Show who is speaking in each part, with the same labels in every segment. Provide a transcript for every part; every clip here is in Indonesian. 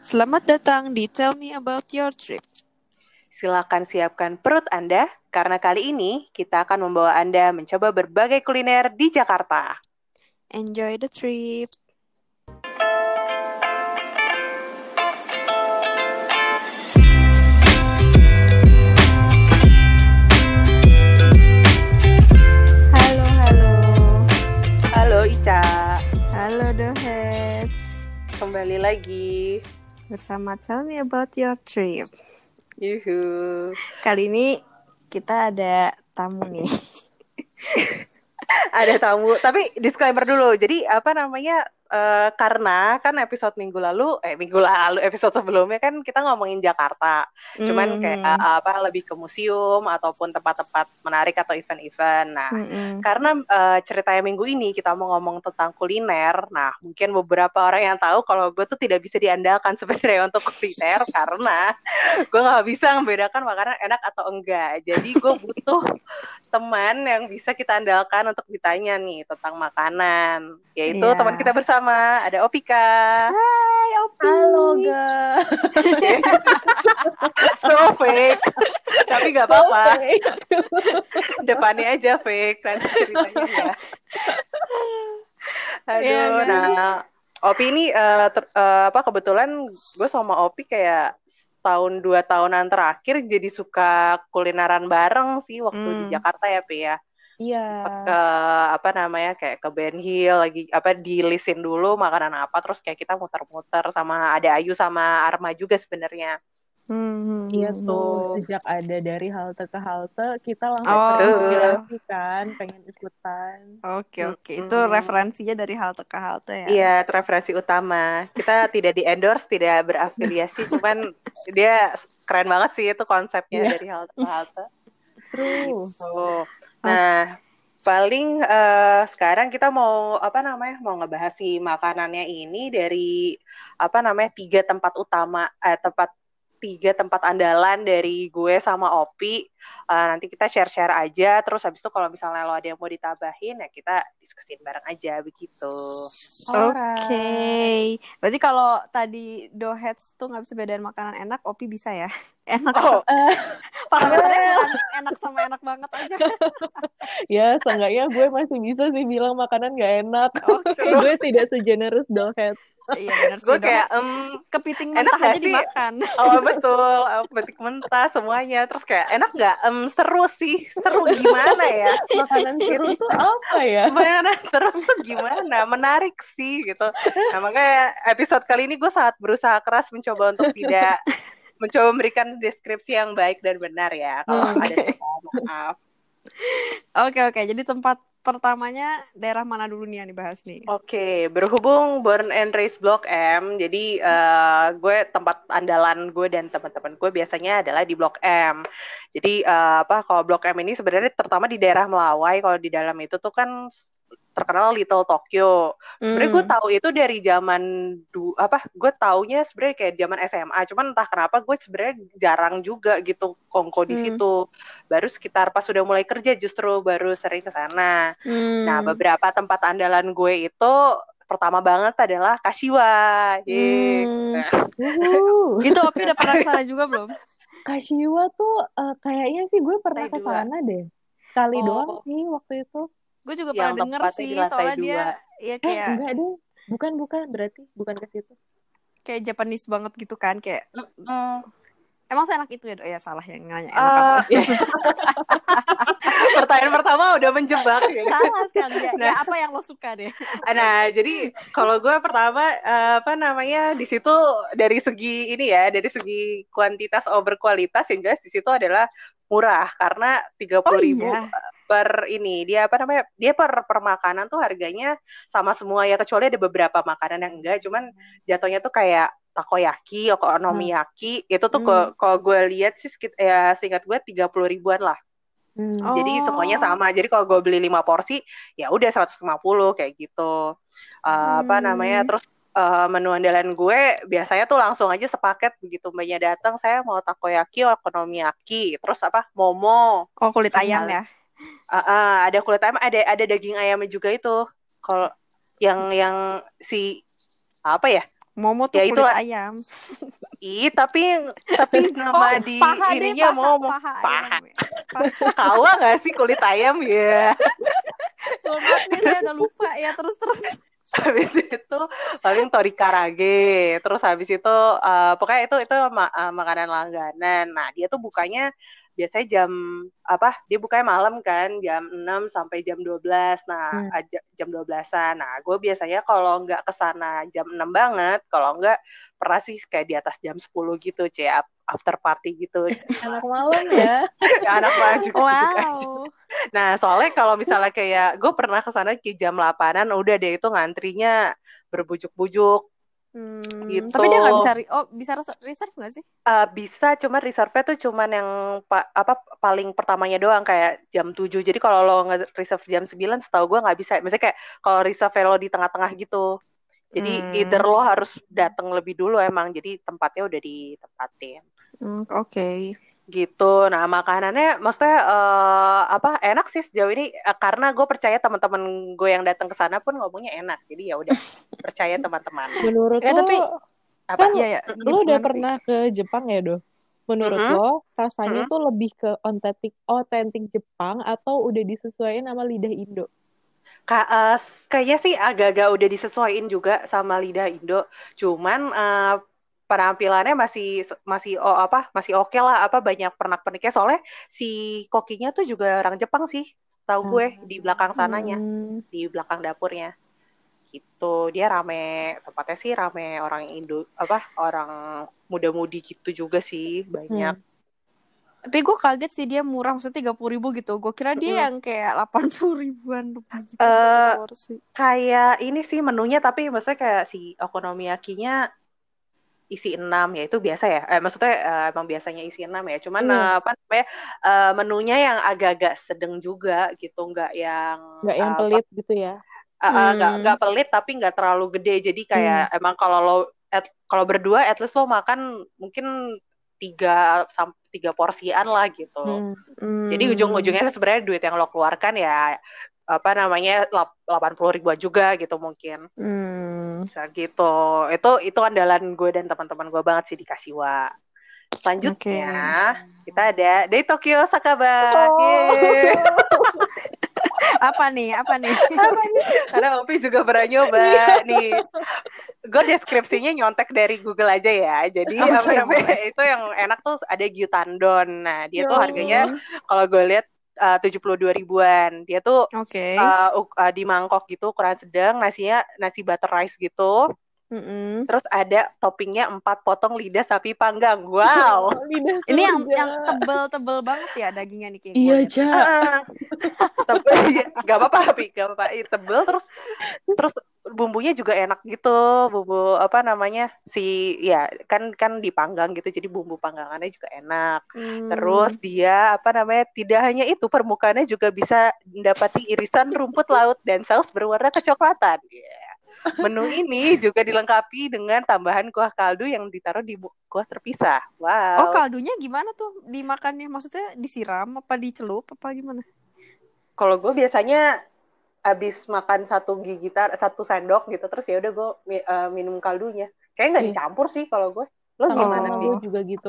Speaker 1: Selamat datang di Tell Me About Your Trip.
Speaker 2: Silakan siapkan perut Anda, karena kali ini kita akan membawa Anda mencoba berbagai kuliner di Jakarta.
Speaker 1: Enjoy the trip. Halo, halo.
Speaker 2: Halo Ica,
Speaker 1: Halo The Heads.
Speaker 2: kembali lagi.
Speaker 1: Bersama Tell Me About Your Trip.
Speaker 2: Yuhu.
Speaker 1: Kali ini kita ada tamu nih.
Speaker 2: Ada tamu, tapi disclaimer dulu. Jadi karena kan minggu lalu episode sebelumnya kan kita ngomongin Jakarta. Cuman kayak lebih ke museum ataupun tempat-tempat menarik atau event-event. Nah, karena ceritanya minggu ini kita mau ngomong tentang kuliner. Nah, mungkin beberapa orang yang tahu kalau gue tuh tidak bisa diandalkan sebenarnya untuk kuliner karena gue nggak bisa membedakan makanan enak atau enggak. Jadi gue butuh teman yang bisa kita andalkan untuk ditanya nih tentang makanan, yaitu teman kita bersama, ada Opika.
Speaker 1: Hai Opi.
Speaker 2: Halo guys. So fake, tapi nggak apa-apa. Depannya aja fake, nanti ceritanya ya. Aduh, nah Opi ini kebetulan gue sama Opi kayak tahun 2 tahunan terakhir jadi suka kulineran bareng sih waktu di Jakarta ya, Pi ya.
Speaker 3: Iya.
Speaker 2: Kayak ke Ben Hill lagi di listin dulu makanan apa, terus kayak kita muter-muter sama ada Ayu sama Arma juga sebenarnya.
Speaker 3: Iya tuh, sejak ada dari halte ke halte kita langsung kan pengen ikutan.
Speaker 1: Oke. Itu referensinya dari halte ke halte ya.
Speaker 2: Iya, referensi utama. Kita tidak di-endorse, tidak berafiliasi, cuman dia keren banget sih itu konsepnya dari halte ke halte.
Speaker 3: True.
Speaker 2: Gitu. Nah, paling sekarang kita mau ngebahas si makanannya ini dari 3 tempat andalan dari gue sama Opi. Nanti kita share-share aja, terus habis itu kalau misalnya lo ada yang mau ditambahin ya kita diskusin bareng aja begitu.
Speaker 1: Oke. Berarti kalau tadi Doheads tuh nggak bisa bedain makanan enak, Opi bisa ya? Enak. Parameternya enak sama enak banget aja.
Speaker 3: Ya, seenggaknya gue masih bisa sih bilang makanan gak enak. Gue tidak segenerous Doheads.
Speaker 1: Iya benar sih.
Speaker 2: Gue kayak
Speaker 1: kepiting mentah aja
Speaker 2: sih?
Speaker 1: dimakan.
Speaker 2: Oh betul, kepiting mentah semuanya. Terus kayak enak nggak? Seru sih, seru gimana ya?
Speaker 3: Makanan seru tuh apa ya?
Speaker 2: Makanan seru tuh gimana? Menarik sih gitu. Nah makanya episode kali ini gue sangat berusaha keras mencoba untuk tidak mencoba memberikan deskripsi yang baik dan benar ya. Kalau ada maaf.
Speaker 1: Oke. Jadi tempat pertamanya daerah mana dulu nih yang dibahas nih?
Speaker 2: Oke, berhubung born and raised Blok M, jadi gue tempat andalan gue dan teman-teman gue biasanya adalah di Blok M. Jadi kalau Blok M ini sebenarnya terutama di daerah Melawai, kalau di dalam itu tuh kan terkenal Little Tokyo. Sebenarnya gue tahu itu dari zaman gue taunya sebenarnya kayak zaman SMA. Cuman entah kenapa gue sebenarnya jarang juga gitu kongko di situ. Baru sekitar pas sudah mulai kerja justru baru sering ke sana. Nah, beberapa tempat andalan gue itu pertama banget adalah Kashiwa.
Speaker 1: Itu Opi udah pernah kesana juga belum?
Speaker 3: Kashiwa tuh kayaknya sih gue pernah kesana deh. Sekali doang sih waktu itu.
Speaker 1: Gue juga pernah denger sih, soalnya dia ya kayak
Speaker 3: enggak deh, bukan berarti bukan ke situ.
Speaker 1: Kayak Japanese banget gitu kan, kayak emang seenak itu ya? Ya salah yang nanya enak apa?
Speaker 2: Pertanyaan pertama udah menjebak ya.
Speaker 1: Salah sekali ya. Ya apa yang lo suka deh?
Speaker 2: Nah, jadi kalau gue pertama di situ dari segi kuantitas over kualitas yang jelas di situ adalah murah karena 30.000 per ini. Dia per makanan tuh harganya sama semua ya, kecuali ada beberapa makanan yang enggak, cuman jatuhnya tuh kayak takoyaki, okonomiyaki, itu tuh kalau gue lihat sih seingat gue 30.000-an lah. Jadi semuanya sama. Jadi kalau gue beli 5 porsi, ya udah 150 kayak gitu. Terus menu andalan gue biasanya tuh langsung aja sepaket begitu mbaknya datang, saya mau takoyaki, okonomiyaki, terus momo.
Speaker 1: Oh, kulit ayam ya?
Speaker 2: Ada kulit ayam, ada daging ayamnya juga itu. Kalau yang si apa ya?
Speaker 1: Momo tuh
Speaker 2: Ya
Speaker 1: kulit
Speaker 2: itulah.
Speaker 1: ayam.
Speaker 2: Tapi nama di
Speaker 1: paha
Speaker 2: ininya Momo. Paha. Kawa nggak sih kulit ayam ya?
Speaker 1: Maaf nih saya udah lupa ya, terus.
Speaker 2: Habis itu paling tori karage, terus habis itu pokoknya itu makanan langganan. Nah dia tuh bukanya biasanya jam dia bukanya malam kan, jam 6 sampai jam 12. Nah jam 12-an. Nah gue biasanya kalau nggak kesana jam 6 banget, kalau nggak pernah sih kayak di atas jam 10 gitu, after party gitu.
Speaker 3: Anak malam ya.
Speaker 2: Anak malam juga.
Speaker 1: Wow.
Speaker 2: Nah, soalnya kalau misalnya kayak gue pernah kesana ke jam 8-an, udah deh itu ngantrinya berbujuk-bujuk. Gitu.
Speaker 1: Tapi dia nggak bisa reserve nggak sih?
Speaker 2: Bisa, cuma reserve-nya tuh cuman yang paling pertamanya doang kayak jam 7. Jadi kalau lo nge-reserve jam 9, setahu gue nggak bisa. Misalnya kayak kalau reserve lo di tengah-tengah gitu. Jadi either lo harus datang lebih dulu emang, jadi tempatnya udah ditempatin.
Speaker 1: Oke.
Speaker 2: Gitu. Nah, makanannya maksudnya enak sih sejauh ini, karena gue percaya teman-teman gue yang datang ke sana pun ngomongnya enak. Jadi ya udah percaya teman-teman.
Speaker 3: Menurut lo
Speaker 1: tapi
Speaker 3: apa? Kan lo udah pernah ke Jepang ya, Do? Menurut lo rasanya tuh lebih ke otentik Jepang atau udah disesuaikan sama lidah Indo?
Speaker 2: Kayaknya sih agak-agak udah disesuaiin juga sama lidah Indo. Cuman penampilannya masih oke lah, banyak pernak-perniknya, soalnya si kokinya tuh juga orang Jepang sih, tahu gue, di belakang sananya, di belakang dapurnya gitu. Dia tempatnya sih rame orang Indo, orang muda-mudi gitu juga sih, banyak.
Speaker 1: Tapi gue kaget sih dia murah, maksudnya 30.000 gitu. Gue kira dia yang kayak 80.000-an lebih gitu satu porsi.
Speaker 2: Kayak ini sih menunya, tapi maksudnya kayak si okonomiyakinya isi 6 ya, itu biasa ya. Maksudnya emang biasanya isi 6 ya. Cuman menunya yang agak-agak sedang juga gitu, nggak yang
Speaker 3: pelit gitu ya.
Speaker 2: Nggak pelit tapi nggak terlalu gede. Jadi kayak emang kalau berdua at least lo makan mungkin 3 porsian lah gitu. Jadi ujung-ujungnya sebenarnya duit yang lo keluarkan ya 80.000 juga gitu mungkin. Bisa gitu. Itu andalan gue dan teman-teman gue banget sih di Kashiwa. Selanjutnya kita ada dari Tokyo Sakaba.
Speaker 1: Apa nih?
Speaker 2: Karena Opi juga pernah nyoba nih. Gue deskripsinya nyontek dari Google aja ya. Jadi itu yang enak tuh ada gyutandon. Nah dia tuh harganya kalau gue lihat 72.000-an. Dia tuh di mangkok gitu, ukuran sedang, nasi butter rice gitu. Terus ada toppingnya 4 potong lidah sapi panggang. Wow.
Speaker 1: Ini yang tebel banget ya dagingnya nih.
Speaker 3: Iya, Ca.
Speaker 2: Gak apa-apa. Tebel, terus bumbunya juga enak gitu. Bumbu kan dipanggang gitu, jadi bumbu panggangannya juga enak. Terus dia tidak hanya itu, permukaannya juga bisa mendapati irisan rumput laut dan saus berwarna kecoklatan. Menu ini juga dilengkapi dengan tambahan kuah kaldu yang ditaruh di kuah terpisah. Wow.
Speaker 1: Oh, kaldunya gimana tuh dimakannya? Maksudnya disiram apa dicelup apa gimana?
Speaker 2: Kalau gue biasanya abis makan 1 sendok gitu, terus ya udah gue minum kaldunya. Kayaknya nggak dicampur sih kalau gue. Lo gimana sih?
Speaker 3: Gue juga gitu.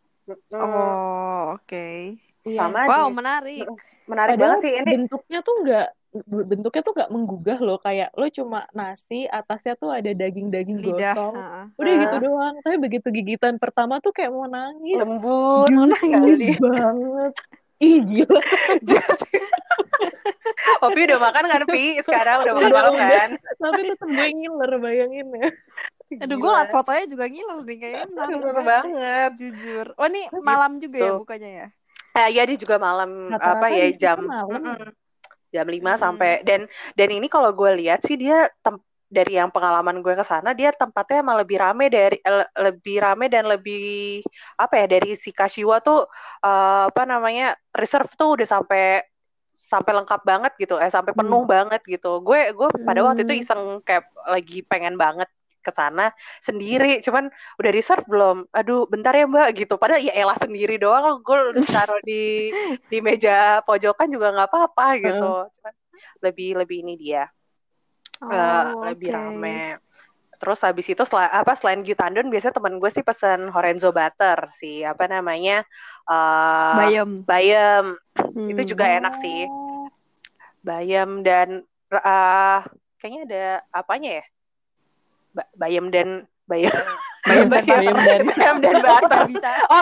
Speaker 1: Oke.
Speaker 2: Sama
Speaker 1: wow, menarik.
Speaker 2: Menarik banget sih ini.
Speaker 3: Bentuknya tuh nggak menggugah loh, kayak lo cuma nasi, atasnya tuh ada daging gosong, udah gitu doang. Tapi begitu gigitan pertama tuh kayak mau nangis,
Speaker 2: lembut,
Speaker 3: nangis banget. Ih gila.
Speaker 2: Opi udah makan kan, Pi? Sekarang udah makan malam kan?
Speaker 3: Tapi tetep gue ngiler, bayangin ya.
Speaker 1: Aduh, gue liat fotonya juga ngiler nih, kayaknya
Speaker 2: menarik banget.
Speaker 1: Jujur. Oh, ini malam juga ya bukanya ya?
Speaker 2: Ya dia juga malam, jam 5 sampai, dan ini kalau gue lihat sih dia dari yang pengalaman gue ke sana, dia tempatnya emang lebih rame dan lebih dari si Kashiwa tuh reserve tuh udah sampai lengkap banget gitu, sampai penuh banget gitu. Gue pada waktu itu iseng kayak lagi pengen banget ke sana sendiri, cuman udah reserve belum? Aduh, bentar ya Mbak gitu. Padahal ya elah sendiri doang, gue taruh di meja pojokan juga nggak apa-apa gitu. Cuman lebih ini dia lebih rame. Terus habis itu selain Gyutandon biasanya temen gue sih pesen Horenzo Butter sih, apa namanya, bayam. Itu juga enak sih, bayam dan kayaknya ada apanya ya, bayam dan butter. Oh,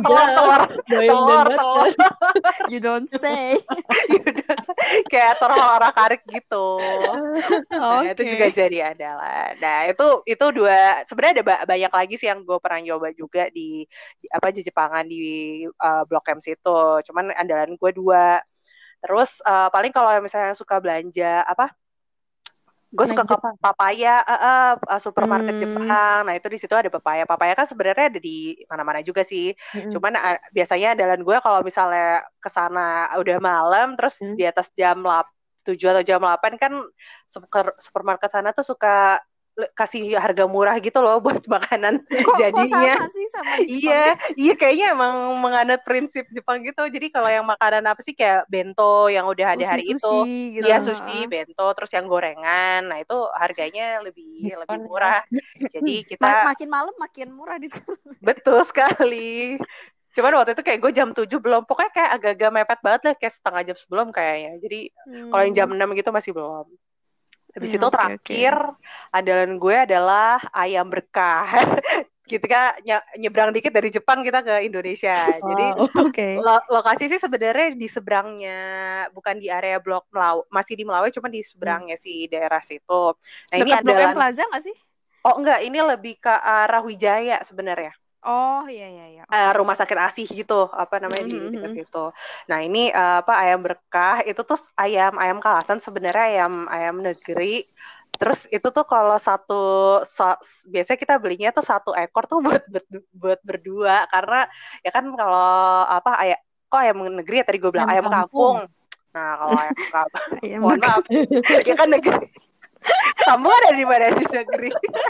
Speaker 2: telur.
Speaker 1: You don't say.
Speaker 2: Kayak orang karik gitu. Nah, itu juga jadi andalan. Nah, itu dua. Sebenarnya ada banyak lagi sih yang gue pernah nyoba juga di Jepangan di Blok M situ. Cuman andalan gue dua. Terus paling kalau misalnya suka belanja gue suka ke papaya, supermarket Jepang. Nah itu di situ ada papaya. Papaya kan sebenarnya ada di mana-mana juga sih. Cuman biasanya andalan gue kalau misalnya kesana udah malam, terus di atas jam 7 atau jam 8 kan supermarket sana tuh suka kasih harga murah gitu loh buat makanan. Jadinya
Speaker 1: kok sama sih sama di
Speaker 2: Jepang? Iya kayaknya emang menganut prinsip Jepang gitu. Jadi kalau yang makanan apa sih kayak bento yang udah ada hari itu,
Speaker 1: gitu.
Speaker 2: Ya sushi, bento, terus yang gorengan, nah itu harganya lebih murah. Jadi kita
Speaker 1: makin malam makin murah di sana.
Speaker 2: Betul sekali. Cuman waktu itu kayak gue jam 7 belum, pokoknya kayak agak-agak mepet banget lah, kayak setengah jam sebelum kayaknya. Jadi kalau yang jam 6 gitu masih belum. Habis itu terakhir andalan gue adalah ayam berkah. Kita nyebrang dikit dari Jepang kita ke Indonesia. Jadi lokasi sih sebenarnya di seberangnya, bukan di area Blok Melawe, masih di Melawe, cuma di seberangnya sih daerah situ. Nah, ini
Speaker 1: Blok M Plaza nggak sih?
Speaker 2: Oh enggak, ini lebih ke arah Wijaya sebenarnya.
Speaker 1: Oh iya.
Speaker 2: Rumah sakit ASI gitu, apa namanya di dekat situ. Nah ini ayam berkah itu tuh ayam kalasan sebenarnya ayam negeri. Terus itu tuh kalau biasanya kita belinya tuh 1 ekor tuh buat berdua, karena ya kan kalau ayam negeri ya tadi gue bilang ayam kampung. Nah kalau ayam kampung, mohon maaf, ya kan negeri. Kamu ada di mana di negeri?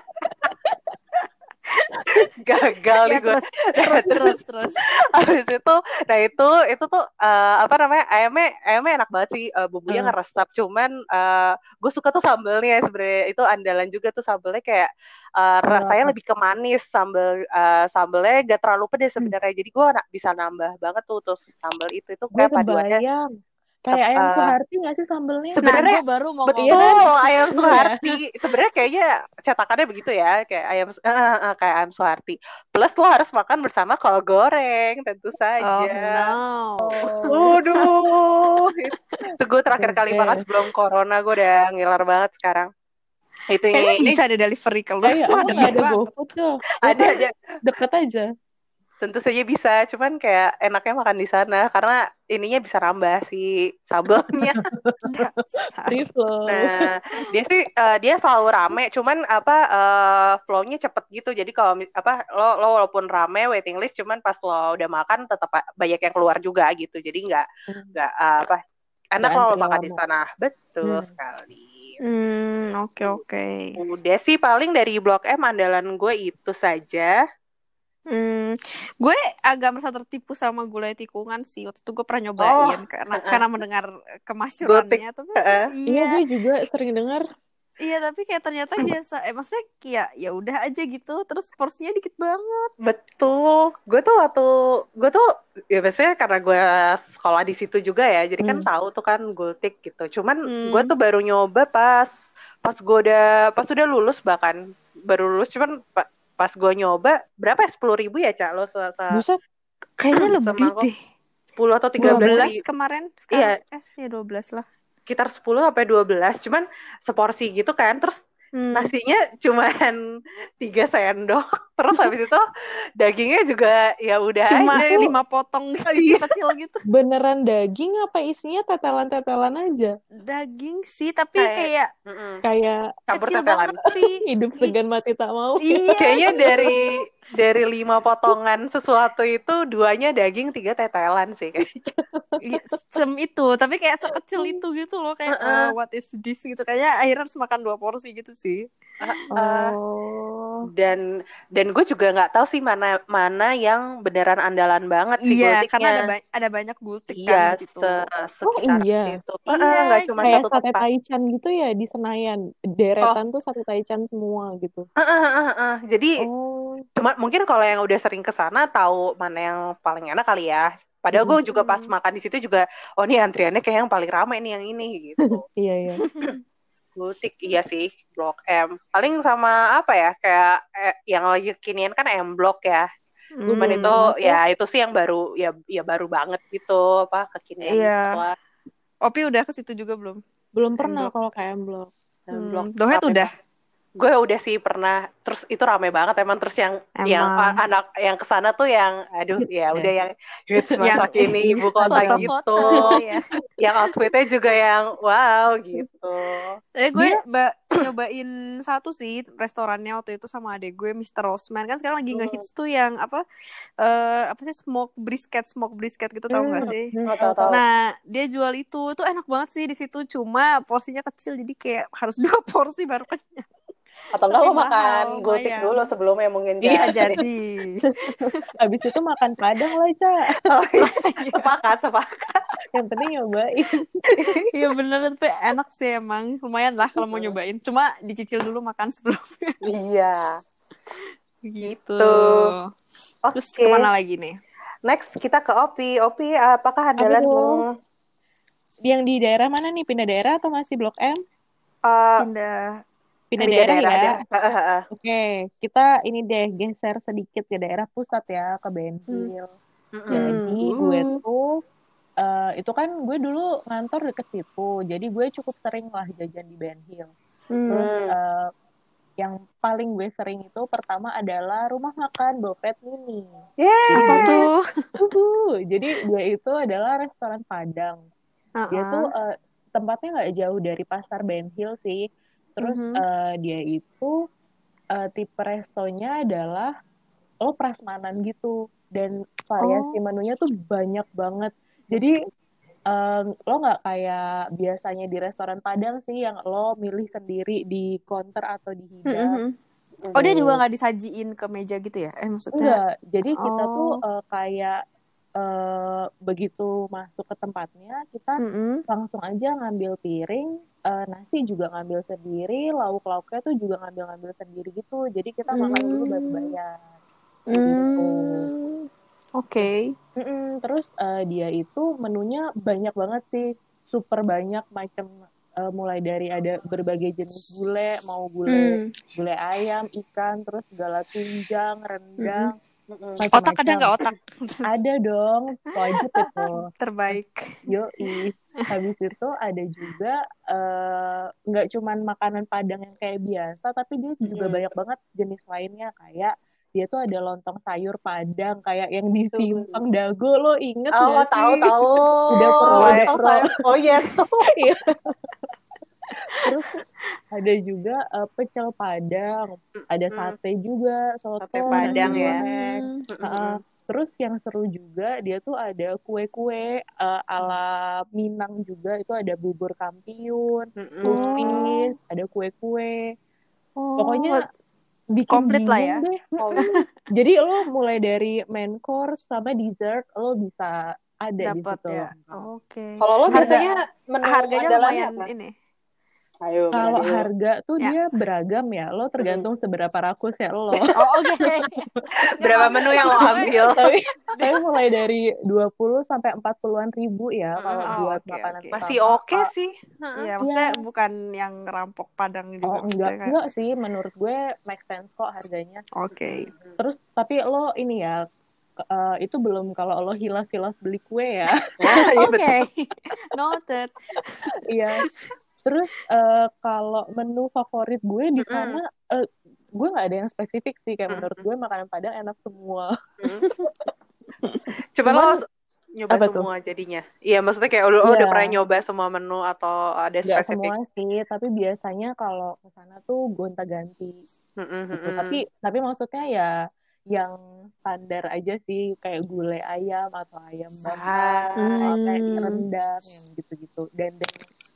Speaker 2: Gagal nih gue.
Speaker 1: Terus.
Speaker 2: Habis itu, nah itu tuh ayamnya enak banget sih, bumbunya ngeresap. Cuman gue suka tuh sambelnya sebenarnya, itu andalan juga tuh sambelnya kayak rasanya lebih ke manis, sambelnya gak terlalu pedas sebenarnya. Jadi gue bisa nambah banget tuh sambel itu kayak paduannya.
Speaker 3: Kayak ayam Suharti nggak sih sambelnya?
Speaker 2: Sebenarnya
Speaker 1: baru mau
Speaker 2: betul ayam Suharti. Sebenarnya kayaknya cetakannya begitu ya, kayak ayam Suharti. Plus lo harus makan bersama kol goreng tentu saja. Waduh, itu gue terakhir kali makan sebelum corona, gue udah ngiler banget sekarang. Itu
Speaker 1: bisa ada delivery ke lu.
Speaker 3: Ada GoFood tuh.
Speaker 2: Ada
Speaker 3: deket aja.
Speaker 2: Tentu saja bisa, cuman kayak enaknya makan di sana karena ininya bisa nambah si sambelnya. Nah, dia selalu rame, cuman flow-nya cepet gitu. Jadi kalau lo walaupun rame waiting list, cuman pas lo udah makan tetap banyak yang keluar juga gitu. Jadi nggak enak lo makan di sana. Betul sekali.
Speaker 1: Oke.
Speaker 2: Udah sih paling dari Blok M andalan gue itu saja.
Speaker 1: Gue agak merasa tertipu sama gulai tikungan sih. Waktu itu gue pernah nyobain karena mendengar kemasyhurannya.
Speaker 3: Iya, gue juga sering dengar.
Speaker 1: Iya, tapi kayak ternyata biasa. Maksudnya kayak ya udah aja gitu. Terus porsinya dikit banget.
Speaker 2: Betul. Gue tuh ya biasanya karena gue sekolah di situ juga ya. Jadi kan tahu tuh kan gultik gitu. Cuman gue tuh baru nyoba pas udah lulus, bahkan baru lulus, cuman pas gue nyoba, berapa ya? 10.000 ya, Cak? Lo
Speaker 3: Buset,
Speaker 1: kayaknya lebih deh.
Speaker 2: 10 atau 13
Speaker 1: kemarin.
Speaker 2: Iya.
Speaker 1: Ya 12 lah.
Speaker 2: Sekitar 10 sampai 12. Cuman seporsi gitu kan. Terus nasinya cuman 3 sendok. Terus habis itu dagingnya juga ya udah
Speaker 1: cuma
Speaker 2: aja.
Speaker 1: 5 potong kecil-kecil gitu.
Speaker 3: Beneran daging apa isinya tetelan-tetelan aja?
Speaker 1: Daging sih, tapi kayak
Speaker 2: campur
Speaker 1: kecil
Speaker 2: tetelan.
Speaker 3: Hidup segan mati tak mau.
Speaker 1: Iya.
Speaker 2: Kayaknya dari 5 potongan sesuatu itu 2-nya daging, 3 tetelan sih kayaknya.
Speaker 1: Itu, tapi kayak sekecil itu gitu loh, kayak what is this gitu. Kayaknya akhirnya harus makan 2 porsi gitu sih.
Speaker 2: dan gue juga nggak tahu sih mana yang beneran andalan banget sih gultiknya.
Speaker 1: Karena ada banyak gultik kan di situ.
Speaker 2: Sekitar situ.
Speaker 3: Nggak cuma kayak satu sate Taichan gitu ya di Senayan. Deretan tuh sate Taichan semua gitu.
Speaker 2: Jadi cuma mungkin kalau yang udah sering ke sana tahu mana yang paling enak kali ya. Padahal gue juga pas makan di situ juga, oh nih antriannya kayak yang paling ramai nih yang ini gitu.
Speaker 3: Iya.
Speaker 2: Gultik iya sih, Blok M. Paling sama apa ya, kayak yang lagi kekinian kan M Block ya. Cuman itu ya itu sih yang baru ya baru banget gitu apa kekinian.
Speaker 1: Iya. Opi udah ke situ juga belum?
Speaker 3: Belum pernah kalau ke M Block.
Speaker 1: Dohet udah.
Speaker 2: Gue udah sih pernah, terus itu rame banget emang, terus yang anak yang kesana tuh yang aduh ya udah yang hits masa kini ibu kota gitu ya. Yang outfitnya juga yang wow gitu.
Speaker 1: Gue nyobain satu sih restorannya waktu itu sama adek gue, Mr. Rosman, kan sekarang lagi ngehits tuh yang apa sih smoke brisket gitu, tau gak sih?
Speaker 2: Tahu.
Speaker 1: Nah dia jual itu tuh enak banget sih di situ, cuma porsinya kecil jadi kayak harus 2 porsi baru kenyang.
Speaker 2: Atau enggak lo makan gultik dulu sebelumnya mungkin.
Speaker 1: Bisa jadi.
Speaker 3: Habis itu makan padang lah, Ca.
Speaker 2: Sepakat.
Speaker 3: Yang penting nyobain.
Speaker 1: Iya bener, tapi enak sih emang. Lumayan lah kalau mau nyobain. Cuma dicicil dulu makan sebelumnya.
Speaker 2: Iya.
Speaker 1: Gitu. Terus
Speaker 2: Oke.
Speaker 1: kemana lagi nih?
Speaker 2: Next kita ke Opi. Opi, apakah andalanmu?
Speaker 3: Yang di daerah mana nih? Pindah daerah atau masih Blok M? Pindah daerah ya. Oke, kita ini deh geser sedikit ke daerah pusat ya, ke Ben Hill. Jadi gue tuh itu kan gue dulu ngantor deket situ, jadi gue cukup sering lah jajan di Ben Hill. Terus yang paling gue sering itu pertama adalah rumah makan Bopet Mini.
Speaker 1: Apa tuh?
Speaker 3: Jadi gue itu adalah restoran Padang. Dia tuh tempatnya nggak jauh dari pasar Ben Hill sih. Terus dia itu tipe restonya adalah lo prasmanan gitu, dan variasi menunya tuh banyak banget. Jadi lo nggak kayak biasanya di restoran Padang sih yang lo milih sendiri di counter atau di hidang.
Speaker 1: Oh dia juga nggak disajiin ke meja gitu ya? Maksudnya?
Speaker 3: Enggak. Jadi kita tuh kayak begitu masuk ke tempatnya kita langsung aja ngambil piring, nasi juga ngambil sendiri, lauk-lauknya tuh juga ngambil sendiri gitu. Jadi kita makan dulu baru bayar. Gitu.
Speaker 1: Oke.
Speaker 3: Terus dia itu menunya banyak banget sih, super banyak macam, mulai dari ada berbagai jenis gulai, mau gulai ayam, ikan, terus segala tunjang, rendang.
Speaker 1: Otak ada nggak otak?
Speaker 3: Ada dong, wajib itu.
Speaker 1: Terbaik.
Speaker 3: Yoi. Habis itu ada juga nggak cuman makanan Padang yang kayak biasa, tapi dia juga banyak banget jenis lainnya, kayak dia tuh ada lontong sayur Padang kayak yang di Simpang Dago, lo inget nggak sih?
Speaker 2: Tahu.
Speaker 3: Udah pro.
Speaker 2: Oh yes.
Speaker 3: Iya. Terus ada juga pecel Padang, ada sate juga, soto,
Speaker 2: sate Padang ya.
Speaker 3: Terus yang seru juga dia tuh ada kue-kue ala Minang juga, itu ada bubur kampiun, lupis, ada kue-kue. Pokoknya bikin
Speaker 1: komplit lah ya.
Speaker 3: Deh. Jadi lo mulai dari main course sama dessert lo bisa ada di situ.
Speaker 1: Ya. Oke.
Speaker 2: Kalau lo biasanya
Speaker 1: harganya lumayan apa? Ini.
Speaker 3: Kalau harga tuh dia beragam ya, lo tergantung seberapa rakus ya lo.
Speaker 1: Oke.
Speaker 2: Berapa menu yang lo ambil?
Speaker 3: Tapi mulai dari 20 sampai 40-an ribu ya kalau buat makanan.
Speaker 2: Masih oke sih.
Speaker 1: Iya, maksudnya bukan yang rampok Padang juga.
Speaker 3: Enggak sih, menurut gue make sense kok harganya.
Speaker 1: Oke.
Speaker 3: Terus tapi lo ini ya, itu belum kalau lo hilaf beli kue ya.
Speaker 1: Oke. Noted.
Speaker 3: Iya. Terus kalau menu favorit gue di sana, gue nggak ada yang spesifik sih, kayak menurut gue makanan Padang enak semua.
Speaker 2: Coba lo nyoba semua jadinya. Iya, maksudnya kayak lo udah pernah nyoba semua menu atau ada spesifik?
Speaker 3: Nggak semua sih, tapi biasanya kalau ke sana tuh gonta-ganti. Gitu. Tapi maksudnya ya yang standar aja sih, kayak gulai ayam atau ayam bakar, kayak rendang yang gitu-gitu, dendeng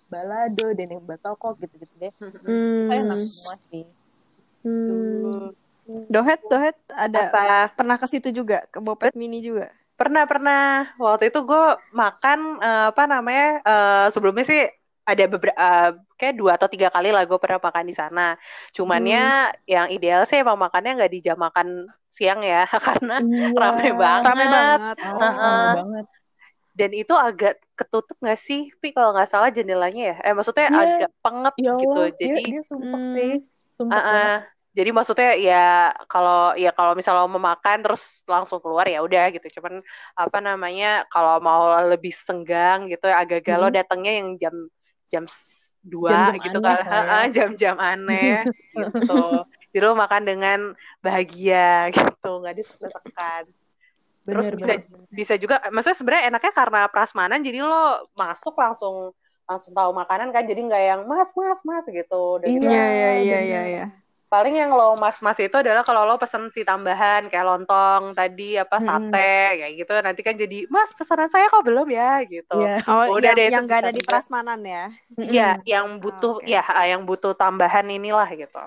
Speaker 3: balado, dendeng batokok gitu-gitu deh. Saya enak semua sih.
Speaker 1: Dohet ada
Speaker 2: Apa?
Speaker 1: pernah ke situ juga, ke Bopet Mini juga.
Speaker 2: Pernah. Waktu itu gue makan sebelumnya sih ada beberapa kayak 2 atau 3 kali lah gue pernah makan di sana. Cumannya yang ideal sih emang makannya nggak di jam makan siang ya karena rame banget.
Speaker 1: Rame banget.
Speaker 3: Rame banget.
Speaker 2: Dan itu agak ketutup nggak sih, Vi, kalau nggak salah jendelanya ya? Maksudnya agak pengep gitu. Jadi
Speaker 3: dia sumpek sih, sumpek banget.
Speaker 2: Jadi maksudnya ya kalau misalnya mau makan terus langsung keluar ya udah gitu. Cuman kalau mau lebih senggang gitu agak galau datangnya yang jam 2 gitu kan. Jam-jam aneh gitu. Jadi lo makan dengan bahagia gitu, nggak ditekan. Terus bisa juga, maksudnya sebenarnya enaknya karena prasmanan jadi lo masuk langsung tahu makanan kan, jadi nggak yang mas gitu.
Speaker 1: Iya.
Speaker 2: Paling yang lo mas itu adalah kalau lo pesen si tambahan kayak lontong tadi sate kayak gitu, nanti kan jadi mas pesanan saya kok belum ya gitu.
Speaker 1: Udah yang nggak ada di prasmanan ya.
Speaker 2: Iya, yang butuh yang butuh tambahan inilah gitu.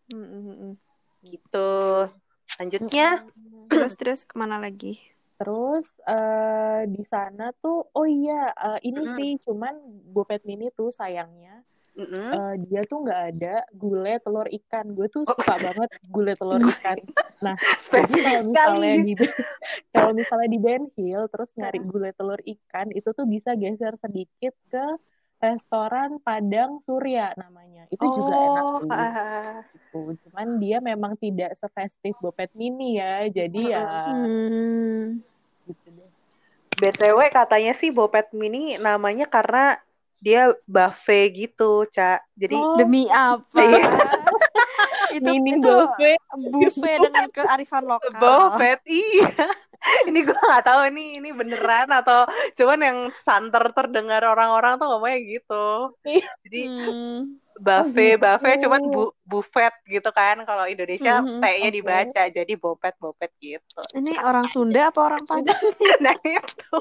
Speaker 2: Gitu. Lanjutnya
Speaker 1: terus kemana lagi?
Speaker 3: Terus di sana tuh ini sih cuman Bopet Mini tuh sayangnya dia tuh nggak ada gulai telur ikan. Gue tuh suka banget gulai telur ikan. Nah, jadi kalau misalnya di Ben Hill terus nyari gulai telur ikan itu tuh bisa geser sedikit ke restoran Padang Surya namanya. Itu juga enak sih. Gitu. Cuman dia memang tidak sefestif Bopet Mini ya. Jadi ya gitu deh.
Speaker 2: BTW katanya sih Bopet Mini namanya karena dia buffet gitu, Ca. Jadi
Speaker 1: demi apa? itu buffet dengan kearifan lokal.
Speaker 2: Buffet, iya. Ini gue nggak tahu ini beneran atau cuman yang santer terdengar orang-orang tuh ngomongnya gitu. Jadi buffet cuman buffet gitu kan, kalau Indonesia T-nya dibaca jadi bopet gitu.
Speaker 1: Ini orang Sunda apa orang Padang?
Speaker 2: Nah itu.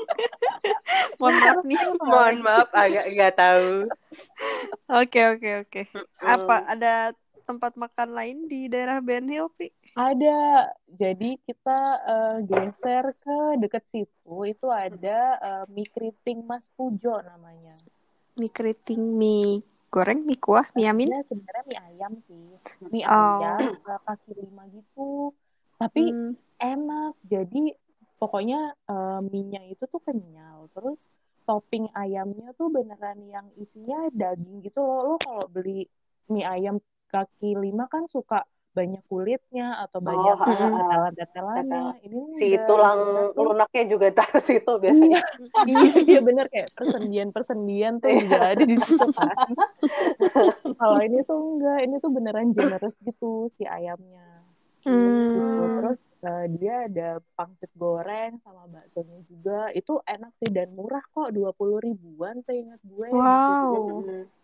Speaker 1: Mohon
Speaker 2: maaf agak nggak tahu.
Speaker 1: Oke. Apa ada tempat makan lain di daerah Ben Hill, Pi?
Speaker 3: Ada. Jadi kita geser ke dekat situ, itu ada mie keriting Mas Pujo namanya.
Speaker 1: Mie keriting, mie goreng, mie kuah, mie amin?
Speaker 3: Sebenarnya mie ayam sih. Mie ayam kaki 5 gitu. Tapi enak. Jadi pokoknya mie-nya itu tuh kenyal. Terus topping ayamnya tuh beneran yang isinya daging gitu loh. Lo kalau beli mie ayam kaki 5 kan suka banyak kulitnya atau banyak tetelan-tetelannya. Ini
Speaker 2: si tulang lunaknya juga taruh situ biasanya.
Speaker 3: Iya bener, kayak persendian tuh juga ada di situ kan. Kalau ini tuh enggak, ini tuh beneran generous gitu si ayamnya. Gitu. Terus dia ada pangsit goreng sama baksonya juga. Itu enak sih dan murah kok, 20.000-an seingat gue.
Speaker 1: Wow.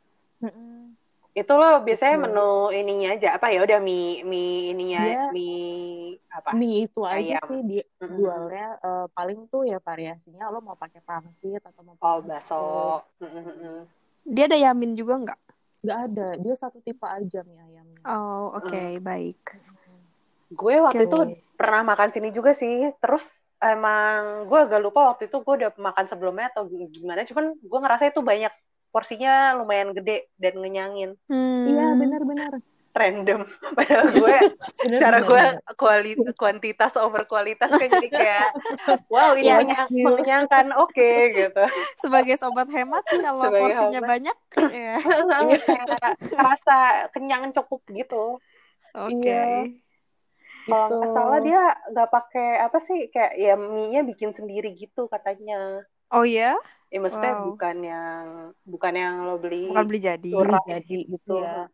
Speaker 2: Itu lo biasanya menu ininya aja apa ya, udah mie ininya mie apa?
Speaker 3: Mie itu aja
Speaker 2: ayam.
Speaker 3: Sih dia jualnya paling tuh ya variasinya lo mau pakai pangsit atau mau pakai
Speaker 2: bakso.
Speaker 1: Dia ada yamin juga nggak?
Speaker 3: Nggak ada, dia satu tipe aja mie ayamnya.
Speaker 1: Oh oke, baik.
Speaker 2: Gue waktu itu pernah makan sini juga sih, terus emang gue agak lupa waktu itu gue udah makan sebelumnya atau gimana, cuman gue ngerasa itu banyak porsinya lumayan gede dan ngenyangin.
Speaker 3: Iya benar.
Speaker 2: Random. Padahal gue cara gue kuantitas over kualitas kan, jadi kayak wow ini mengenyangkan, oke gitu.
Speaker 1: Sebagai sobat hemat kalau porsinya banyak ya.
Speaker 2: Kayak rasa kenyang cukup gitu.
Speaker 1: Oke.
Speaker 2: Kalau nggak salah dia nggak pakai apa sih, kayak ya mie-nya bikin sendiri gitu katanya.
Speaker 1: Oh ya?
Speaker 2: Maksudnya bukan yang lo beli.
Speaker 1: Bukan beli jadi.
Speaker 2: Gitu.
Speaker 3: Ya.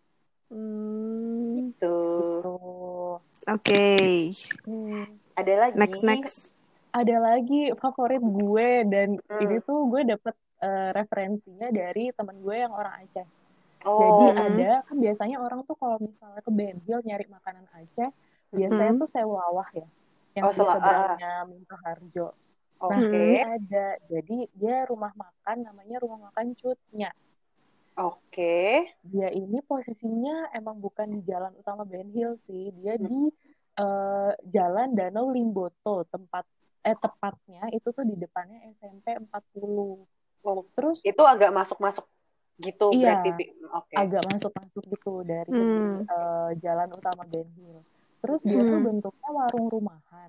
Speaker 2: Gitu.
Speaker 1: Oke.
Speaker 2: Ada lagi.
Speaker 1: Next.
Speaker 3: Ada lagi favorit gue, dan ini tuh gue dapet referensinya dari teman gue yang orang Aceh. Jadi ada kan biasanya orang tuh kalau misalnya ke Ben Hill nyari makanan Aceh, biasanya tuh Sewawah ya, yang di seberangnya Minto Harjo. Nah, ini ada. Jadi dia rumah makan namanya Rumah Makan Cut Nya.
Speaker 2: Oke.
Speaker 3: Dia ini posisinya emang bukan di jalan utama Ben Hill sih, dia di Jalan Danau Limboto, tepatnya itu tuh di depannya SMP 40.
Speaker 2: Oh,
Speaker 3: Terus
Speaker 2: itu agak masuk-masuk gitu berarti.
Speaker 3: iya,
Speaker 2: Oke.
Speaker 3: agak masuk-masuk gitu dari segi jalan utama Ben Hill. Terus dia tuh bentuknya warung rumahan.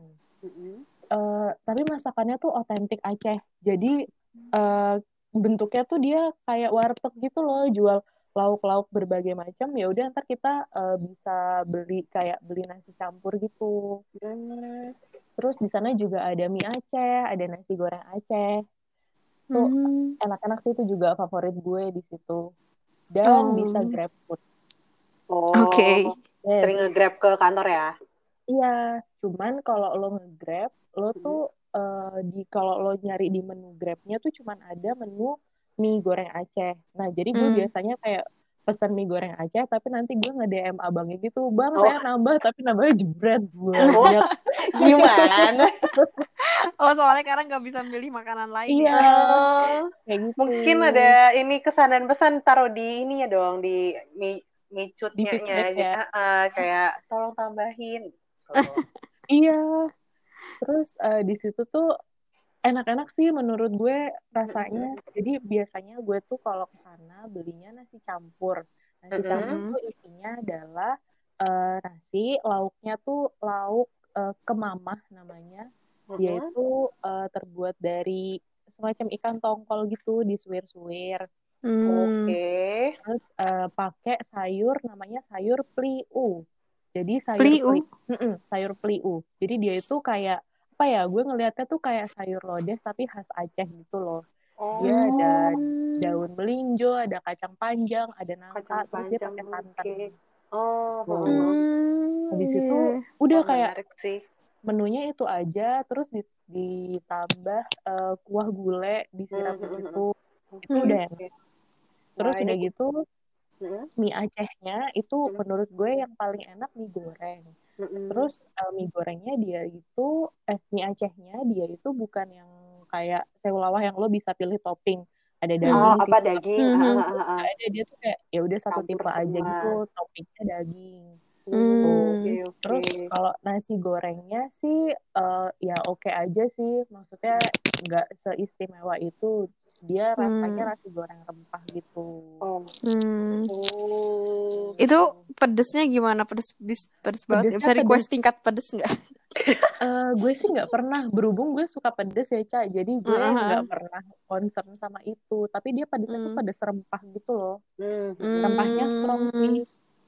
Speaker 3: Tapi masakannya tuh otentik Aceh. Jadi bentuknya tuh dia kayak warteg gitu loh, jual lauk-lauk berbagai macam. Ya udah ntar kita bisa beli nasi campur gitu. Terus di sana juga ada mie Aceh, ada nasi goreng Aceh. Tuh enak-enak sih, itu juga favorit gue di situ. Dan bisa Grab food.
Speaker 2: Oh,
Speaker 3: Yes.
Speaker 2: sering nge-grab ke kantor ya?
Speaker 3: Iya, cuman kalau lo nge-grab, lo tuh kalau lo nyari di menu Grabnya tuh cuman ada menu mie goreng Aceh. Nah, jadi gue biasanya kayak pesan mie goreng Aceh, tapi nanti gue nge-DM abangnya gitu, bang saya nambah, tapi nambahnya jebret banyak.
Speaker 2: Gimana?
Speaker 1: Soalnya karena nggak bisa milih makanan lain
Speaker 3: Iya,
Speaker 1: ya.
Speaker 3: kayak gitu.
Speaker 2: Mungkin ada ini kesan pesan taruh di ini ya dong, di
Speaker 3: Di
Speaker 2: cutnya
Speaker 3: feedback ya.
Speaker 2: kayak tolong tambahin.
Speaker 3: Iya, terus di situ tuh enak-enak sih menurut gue rasanya. Jadi biasanya gue tuh kalau ke sana belinya nasi campur. Nasi campur tuh isinya adalah nasi, lauknya tuh lauk kemamah namanya. Dia itu terbuat dari semacam ikan tongkol gitu, disuir-suir.
Speaker 2: Oke.
Speaker 3: Terus pakai sayur namanya sayur pliu. Jadi
Speaker 1: Pliu.
Speaker 3: sayur pliu. Jadi dia itu kayak apa ya? Gue ngelihatnya tuh kayak sayur lodeh tapi khas Aceh gitu loh. Dia ada daun melinjo, ada kacang panjang, ada nangka, terus dia pakai santan. Habis itu udah kayak
Speaker 2: Menarik sih.
Speaker 3: menunya itu aja, terus ditambah kuah gulai disiram di situ. Itu udah enak. Terus udah gitu mie Acehnya itu menurut gue yang paling enak mie goreng. Terus mie gorengnya dia itu mie Acehnya dia itu bukan yang kayak seulawah yang lo bisa pilih topping. Ada daging,
Speaker 2: apa daging?
Speaker 3: ada dia tuh kayak ya udah satu
Speaker 2: Campur
Speaker 3: tipe aja
Speaker 2: semua.
Speaker 3: gitu, toppingnya daging. Tuh.
Speaker 2: Oke.
Speaker 3: Terus kalau nasi gorengnya sih ya oke aja sih, maksudnya nggak seistimewa itu. Dia rasanya nasi goreng rempah gitu.
Speaker 1: Itu pedesnya gimana? Pedes banget.
Speaker 3: Pedesnya
Speaker 1: Bisa request tingkat pedes nggak?
Speaker 3: Gue sih nggak pernah, berhubung gue suka pedes ya Ca, jadi gue nggak pernah concern sama itu. Tapi dia pedesnya tuh pedes rempah gitu loh. Rempahnya strong sih.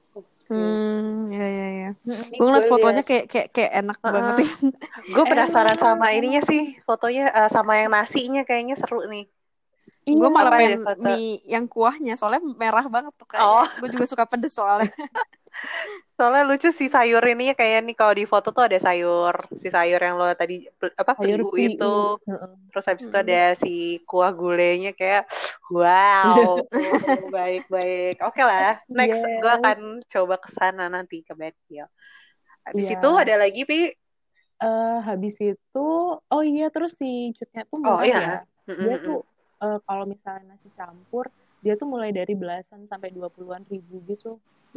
Speaker 1: Ya. Gue ngeliat fotonya kayak enak banget ya.
Speaker 2: Gue penasaran sama ininya sih, fotonya sama yang nasinya kayaknya seru nih.
Speaker 1: Gue malah
Speaker 2: Apa
Speaker 1: pengen
Speaker 2: deh foto?
Speaker 1: mie yang kuahnya, soalnya merah banget tuh kayaknya. Gue juga suka pedes soalnya.
Speaker 2: Soalnya lucu sih sayur ini kayak nih kalau di foto tuh ada si sayur yang lo tadi
Speaker 3: Sayur
Speaker 2: pliu itu.
Speaker 3: pliu.
Speaker 2: Terus habis itu ada si kuah gulenya kayak wow, baik. Oke lah, next gue akan coba ke sana nanti ke Benhil. Habis itu ada lagi Pi.
Speaker 3: Habis itu, oh iya terus si cutnya tuh murah ya. Dia tuh kalau misalnya nasi campur, dia tuh mulai dari belasan sampai 20-an ribu gitu.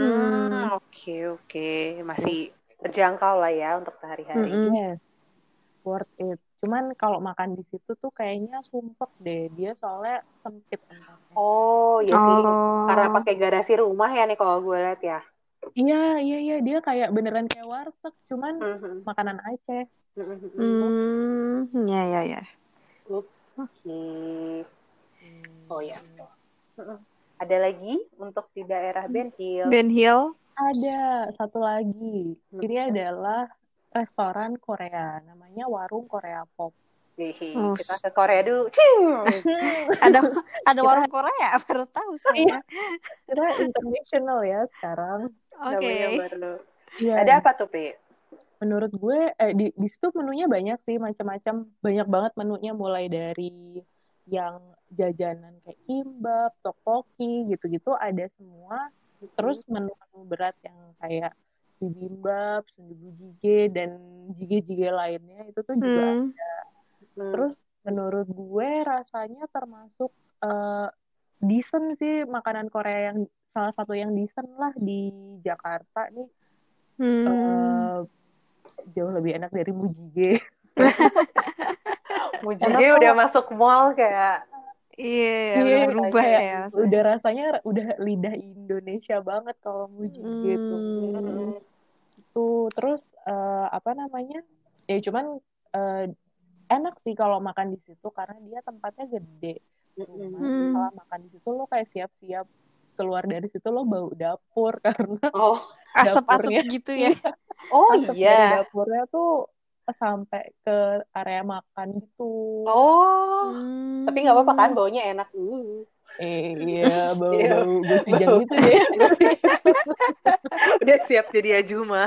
Speaker 2: Oke. Masih terjangkau lah ya untuk sehari-hari.
Speaker 3: Yes, worth it. Cuman kalau makan di situ tuh kayaknya sumpek deh. Dia soalnya sempit tempatnya.
Speaker 2: Oh, iya sih. Karena pakai garasi rumah ya nih kalau gue lihat ya.
Speaker 3: Iya. Dia kayak beneran kayak warteg. Cuman makanan Aceh.
Speaker 1: Ya.
Speaker 2: Oke. Oh ya. Ada lagi untuk di daerah Benhil?
Speaker 1: Benhil?
Speaker 3: Ada satu lagi. Ini adalah restoran Korea. Namanya Warung Korea Pop.
Speaker 2: Kita ke Korea dulu.
Speaker 1: ada warung Korea, baru tahu saya.
Speaker 3: Kita international ya sekarang.
Speaker 1: Oke.
Speaker 3: Iya.
Speaker 2: Ada apa tuh, Pri?
Speaker 3: Menurut gue di situ menunya banyak sih, macam-macam. Banyak banget menunya, mulai dari yang jajanan kayak kimbap, tteokbokki gitu-gitu ada semua. Terus menu-menu berat yang kayak bibimbap, sundubu jjigae dan jjigae lainnya itu tuh juga ada. Terus menurut gue rasanya termasuk decent sih, makanan Korea yang salah satu yang decent lah di Jakarta nih. Jauh lebih enak dari Mujige.
Speaker 2: Mujige udah masuk mall kayak
Speaker 1: udah berubah ya rasanya.
Speaker 3: Udah rasanya udah lidah Indonesia banget kalau Mujige tuh. Tuh terus apa namanya? Ya cuman enak sih kalau makan di situ karena dia tempatnya gede. Kalau makan di situ lo kayak siap-siap keluar dari situ lo bau dapur karena
Speaker 1: asap-asap gitu ya.
Speaker 3: Asap dari dapurnya tuh sampai ke area makan gitu.
Speaker 2: Tapi nggak apa-apa kan, baunya enak.
Speaker 3: Iya, bau gochujang gitu deh.
Speaker 2: Udah siap jadi Ajuma.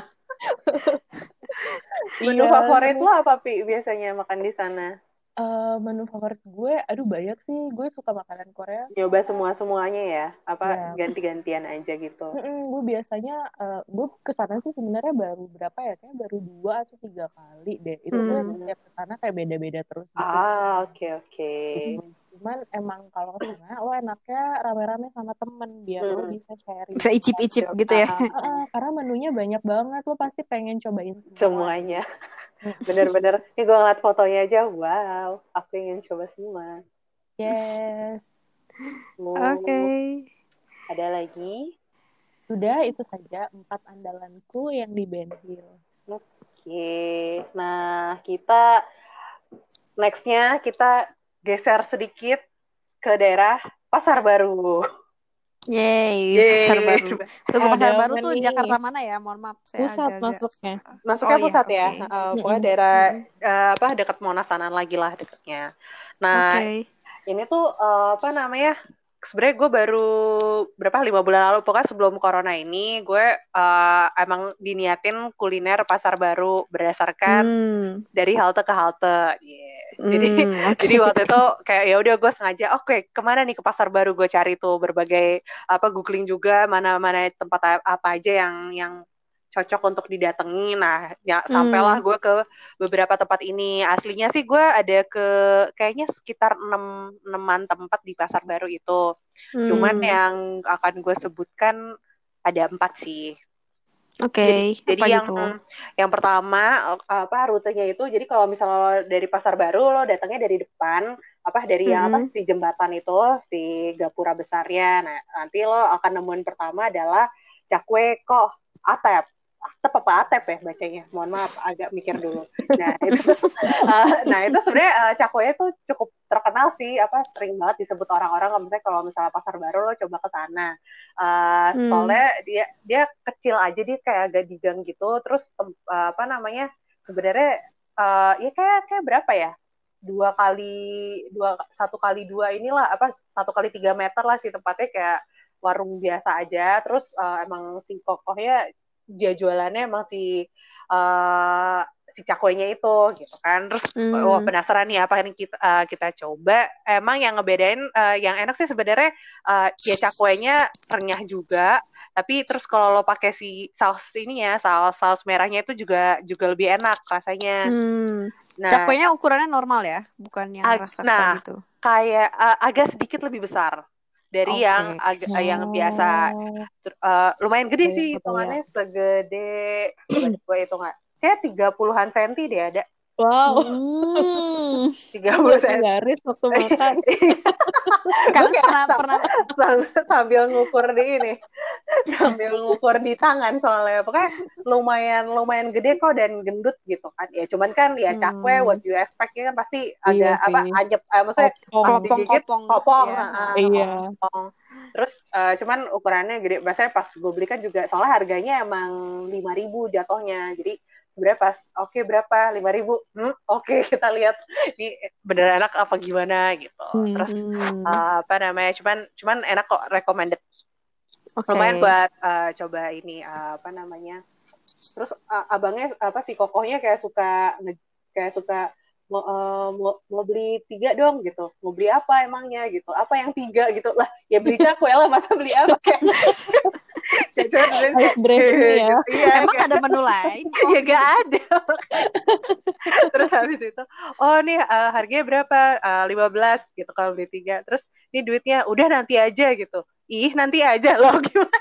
Speaker 2: Menu favorit lo apa, Pi, biasanya makan di sana?
Speaker 3: Menu favorit gue, aduh banyak sih. Gue suka makanan Korea.
Speaker 2: Nyoba semua-semuanya ya? Apa ganti-gantian aja gitu?
Speaker 3: Gue biasanya, gue kesana sih sebenarnya baru berapa ya? Kayaknya baru 2 atau 3 kali deh. Itu gue tiap kesana kayak beda-beda terus gitu.
Speaker 2: Oke.
Speaker 3: Cuman emang kalau kesana lo enaknya rame-rame sama temen biar lo bisa sharing.
Speaker 1: Bisa icip-icip gitu ya.
Speaker 3: Karena menunya banyak banget, lo pasti pengen cobain
Speaker 2: semuanya. Bener-bener, ini gue ngeliat fotonya aja, wow, aku ingin coba semua.
Speaker 3: Yes.
Speaker 1: Oke.
Speaker 2: Ada lagi?
Speaker 3: Sudah, itu saja 4 andalanku yang di Ben Hill.
Speaker 2: Oke. Nah, kita next-nya kita geser sedikit ke daerah Pasar Baru.
Speaker 1: Yeay, Pasar Baru. Tunggu, Pasar Baru tuh Jakarta mana ya? Mohon maaf, saya
Speaker 3: pusat
Speaker 1: agak
Speaker 2: masuknya pusat ya. Pokoknya daerah dekat Monasanan lagi lah dekatnya. Nah, ini tuh apa namanya? Sebenarnya gue baru 5 bulan lalu, pokoknya sebelum corona ini gue emang diniatin kuliner Pasar Baru berdasarkan dari halte ke halte. Jadi waktu itu kayak ya udah gue sengaja kemana nih, ke Pasar Baru. Gue cari tuh berbagai googling juga mana tempat apa aja yang cocok untuk didatengin. Nah, sampailah gue ke beberapa tempat ini. Aslinya sih gue ada ke kayaknya sekitar 6-an tempat di Pasar Baru itu. Cuman yang akan gue sebutkan ada 4 sih. Jadi yang pertama rutenya itu, jadi kalau misalnya lo dari Pasar Baru, lo datangnya dari depan, dari si jembatan itu, si gapura besarnya. Nah, nanti lo akan nemuin pertama adalah Cakwe Kok Atep. Atep apa Atep ya bacanya? Mohon maaf, agak mikir dulu. Nah, itu sebenarnya Cakwe itu cukup terkenal sih, sering banget disebut orang-orang kalau misalnya Pasar Baru lo coba ke sana. Soalnya dia kecil aja, dia kayak agak di gang gitu. Terus sebenarnya ya kayak berapa ya? 1x2 inilah 1x3 meter lah sih tempatnya, kayak warung biasa aja. Terus emang si kokohnya dia jualannya emang si cakwenya itu gitu kan. Terus penasaran nih apa yang kita coba. Emang yang ngebedain yang enak sih sebenarnya ya cakwenya renyah juga, tapi terus kalau lo pakai si saus ini ya, saus merahnya itu juga lebih enak rasanya.
Speaker 1: Nah, cakwenya ukurannya normal ya, bukan yang raksasa gitu.
Speaker 2: Kayak agak sedikit lebih besar dari yang biasa. Lumayan gede sih, hitungannya segede gue itu nggak, kayak 30-an senti deh ada.
Speaker 3: Wow.
Speaker 2: 30 senti.
Speaker 3: Garis waktu makan.
Speaker 1: Kalian pernah
Speaker 2: sambil ngukur di tangan, soalnya pokoknya lumayan gede kok dan gendut gitu kan. Ya cuman kan ya cakwe, what you expect kan pasti agak anyep, maksudnya pas digigit kopong.
Speaker 3: Iya.
Speaker 2: Terus cuman ukurannya gede. Biasanya pas gue beli kan juga, soalnya harganya emang 5.000 jatuhnya. Jadi sebenarnya pas berapa? 5.000. Oke, kita lihat ini beneran enak apa gimana gitu. Terus cuman enak kok, recommended. Lumayan buat coba ini Terus abangnya si kokohnya kayak suka mau beli 3 dong gitu. Mau beli apa emangnya gitu? Apa yang 3 gitu lah? Ya beli cakwe lah, masa beli apa kayak.
Speaker 3: Ya.
Speaker 1: Emang ada menu lain?
Speaker 2: Ya gak ada. Terus habis itu, oh nih harganya berapa? 15 gitu kalau beli 3. Terus ini duitnya udah nanti aja gitu. Ih, nanti aja loh gimana?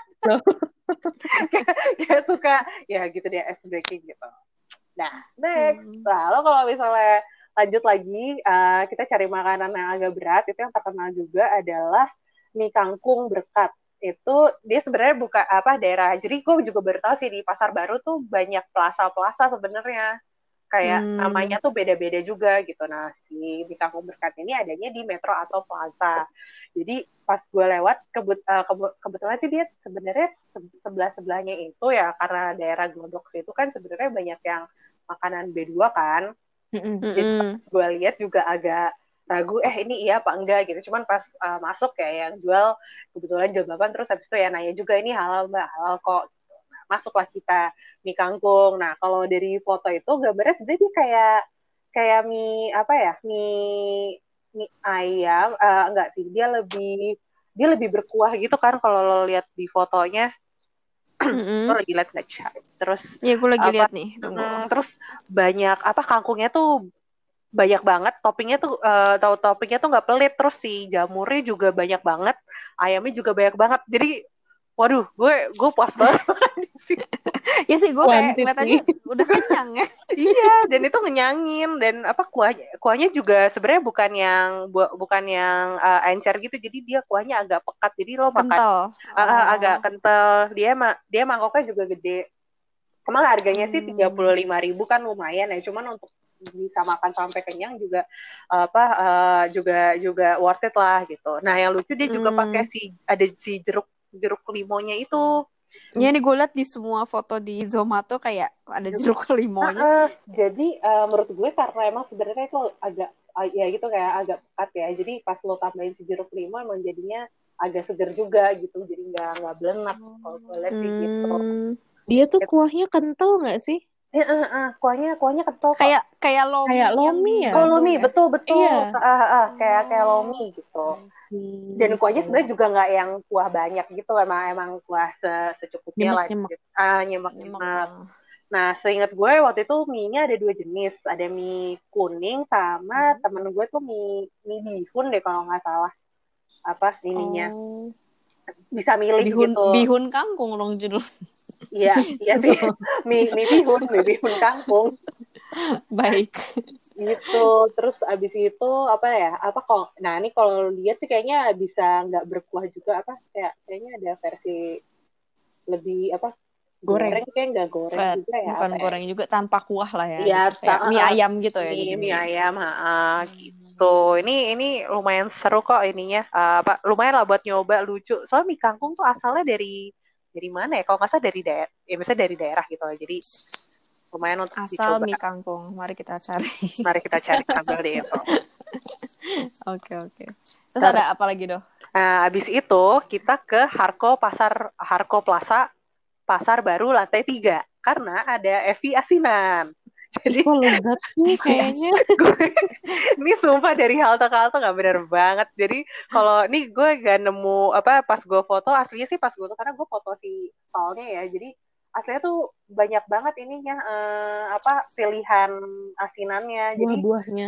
Speaker 2: kayak suka ya gitu deh, ice breaking gitu. Nah, next. Lalu kalau misalnya lanjut lagi, kita cari makanan yang agak berat. Itu yang terkenal juga adalah mie kangkung berkat. Itu dia sebenarnya buka daerah. Jadi gue juga baru tahu sih di Pasar Baru tuh banyak plaza-plaza sebenarnya. Kayak namanya tuh beda-beda juga gitu. Nah, si mie kangkung berkat ini adanya di Metro atau Plaza. Jadi pas gue lewat, kebetulan sih dia sebenarnya sebelah-sebelahnya itu ya, karena daerah Glodok itu kan sebenarnya banyak yang makanan B2 kan. Jadi pas gue lihat juga agak ragu, ini iya apa enggak gitu. Cuman pas masuk kayak yang jual, kebetulan jilbaban, terus habis itu ya nanya juga, ini halal mbak, halal kok. Nah, masuklah kita mie kangkung. Nah, kalau dari foto itu gambarnya sebenarnya dia kayak mie apa ya, mie ayam, enggak sih, dia lebih berkuah gitu kan kalau lo lihat di fotonya. Gue lagi lihat nggak chat. Terus
Speaker 1: ya gue lagi lihat nih.
Speaker 2: Terus banyak kangkungnya tuh banyak banget, toppingnya tuh toppingnya tuh nggak pelit. Terus si jamurnya juga banyak banget, ayamnya juga banyak banget. Jadi waduh, gue puas banget di sini.
Speaker 1: Ya sih, gue kayak ngeliat aja udah kenyang ya.
Speaker 2: Iya, dan itu ngenyangin. Dan kuahnya juga sebenarnya bukan yang encer gitu. Jadi dia kuahnya agak pekat. Jadi lo makan agak kental. Dia mangkoknya juga gede. Emang harganya sih 35.000 kan lumayan ya. Cuman untuk bisa makan sampai kenyang juga juga worth it lah gitu. Nah, yang lucu dia juga pakai ada si jeruk limonya itu.
Speaker 1: Ya, ini gue liat di semua foto di Zomato kayak ada jeruk limonya.
Speaker 2: Jadi menurut gue karena emang sebenarnya itu agak ya gitu kayak agak pekat ya. Jadi pas lo tambahin si jeruk limo emang jadinya agak seger juga gitu. Jadi nggak belenak kalau gue lihat gitu.
Speaker 3: Dia tuh kuahnya kental nggak sih?
Speaker 2: Kuahnya kental.
Speaker 1: Kayak lomi.
Speaker 3: Kayak lomi ya?
Speaker 2: Oh, lomi, betul.
Speaker 3: Iya.
Speaker 2: Kayak lomi gitu. Dan kuahnya sebenarnya juga nggak yang kuah banyak gitu, emang kuah secukupnya lah. Nyemek-nyemek. Nah, seingat gue waktu itu mie-nya ada 2 jenis, ada mie kuning sama temen gue tuh mie bihun deh kalau nggak salah. Ininya. Bisa milih gitu.
Speaker 1: Bihun kangkung dong judul.
Speaker 2: Iya sih. mie bihun kangkung.
Speaker 1: Baik.
Speaker 2: Gitu. Terus abis itu nah ini kalau lihat sih kayaknya bisa nggak berkuah juga, kayaknya ada versi lebih goreng kayak nggak goreng juga ya,
Speaker 1: bukan goreng juga, tanpa kuah lah ya.
Speaker 2: Iya,
Speaker 1: mie ayam gitu ya.
Speaker 2: Mie ayam, gitu. Ini lumayan seru kok ininya. Lumayan lah buat nyoba, lucu. Soalnya mie kangkung tuh asalnya dari mana ya? Kalau nggak salah dari daerah, ya misalnya dari daerah gitu lah. Jadi lumayan untuk
Speaker 1: asal
Speaker 2: dicoba.
Speaker 1: Mie kangkung. Mari kita cari
Speaker 2: sambil di itu.
Speaker 1: Oke. Terus ada apa lagi doh?
Speaker 2: Abis itu kita ke Harko Plaza Pasar Baru lantai 3 karena ada Evi asinan. Jadi
Speaker 3: legat nih kayaknya.
Speaker 2: Ini sumpah dari halte ke halte nggak benar banget. Jadi kalau nih gue gak nemu pas gue foto aslinya sih pas gue tuh, karena gue foto si stallnya ya. Jadi aslinya tuh banyak banget ininya pilihan asinannya. Jadi
Speaker 3: buah-buahnya.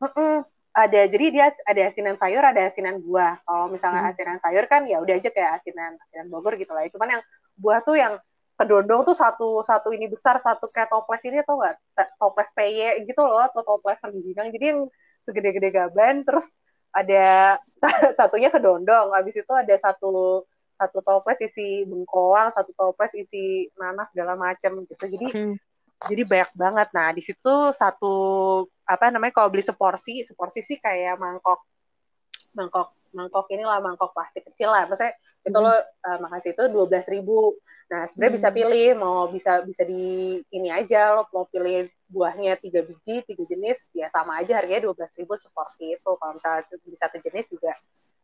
Speaker 2: Jadi dia ada asinan sayur, ada asinan buah. Kalau misalnya asinan sayur kan ya udah aja kayak asinan Bogor gitu lah. Cuman yang buah tuh yang kedondong tuh satu ini besar, satu kayak toples ini atau enggak? Toples peye gitu loh, atau toples rengginang. Jadi yang segede-gede gaban, terus ada satunya kedondong. Habis itu ada satu toples isi bengkoang, satu toples isi nanas segala macam gitu. Jadi banyak banget. Nah, di situ satu kalau beli seporsi sih kayak mangkok inilah, mangkok plastik kecil lah. Maksudnya itu lo makan situ 12.000. Nah, sebenarnya bisa pilih mau bisa di ini aja, lo mau pilih buahnya 3 biji, 3 jenis, ya sama aja harganya 12.000 seporsi itu. Kalau misalnya di satu jenis juga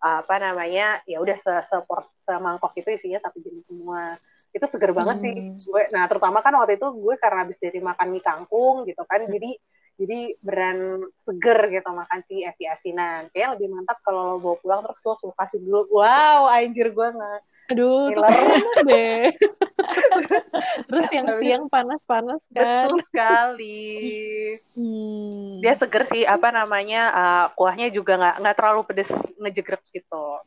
Speaker 2: ya udah semangkok itu isinya satu jenis semua. Itu seger banget sih gue. Nah, terutama kan waktu itu gue karena habis dari makan mie kangkung gitu kan, jadi beran seger gitu makan si Evi asinan. Kayaknya lebih mantap kalau lo bawa pulang terus lo kasih dulu. Wow, anjir gue nggak.
Speaker 3: Aduh, itu panas deh. Terus yang siang panas-panas kan.
Speaker 2: Betul sekali. Dia seger sih, apa namanya, kuahnya juga nggak terlalu pedes ngejegrek gitu.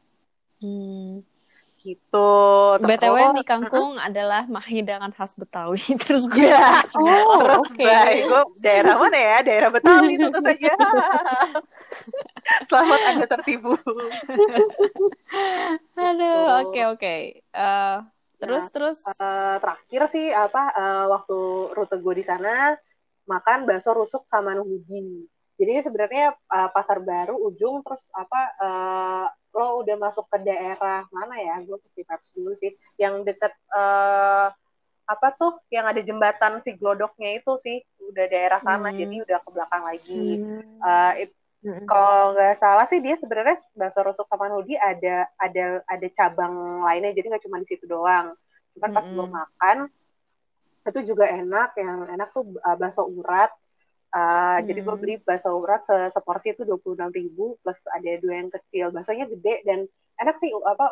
Speaker 2: Gitu.
Speaker 1: BTW mie kangkung adalah hidangan khas Betawi. Terus gue
Speaker 2: terus baik, gue daerah mana ya? Daerah Betawi tentu saja. Selamat Anda tertipu.
Speaker 1: Aduh, oke. Terus
Speaker 2: terakhir sih waktu rute gue di sana makan bakso rusuk sama Nuhudi. Jadi sebenarnya Pasar Baru ujung, terus lo udah masuk ke daerah mana ya? Gue pasti maps dulu sih. Yang deket apa tuh? Yang ada jembatan si Glodoknya itu sih, udah daerah sana. Jadi udah ke belakang lagi. Kalau nggak salah sih dia sebenarnya bakso rusuk sama Nuhudi ada cabang lainnya, jadi nggak cuma di situ doang. Cuman pas gue makan itu juga enak. Yang enak tuh bakso urat. Jadi gue beli bakso urat seporsi itu 26.000 plus ada 2 yang kecil. Baksonya gede dan enak sih,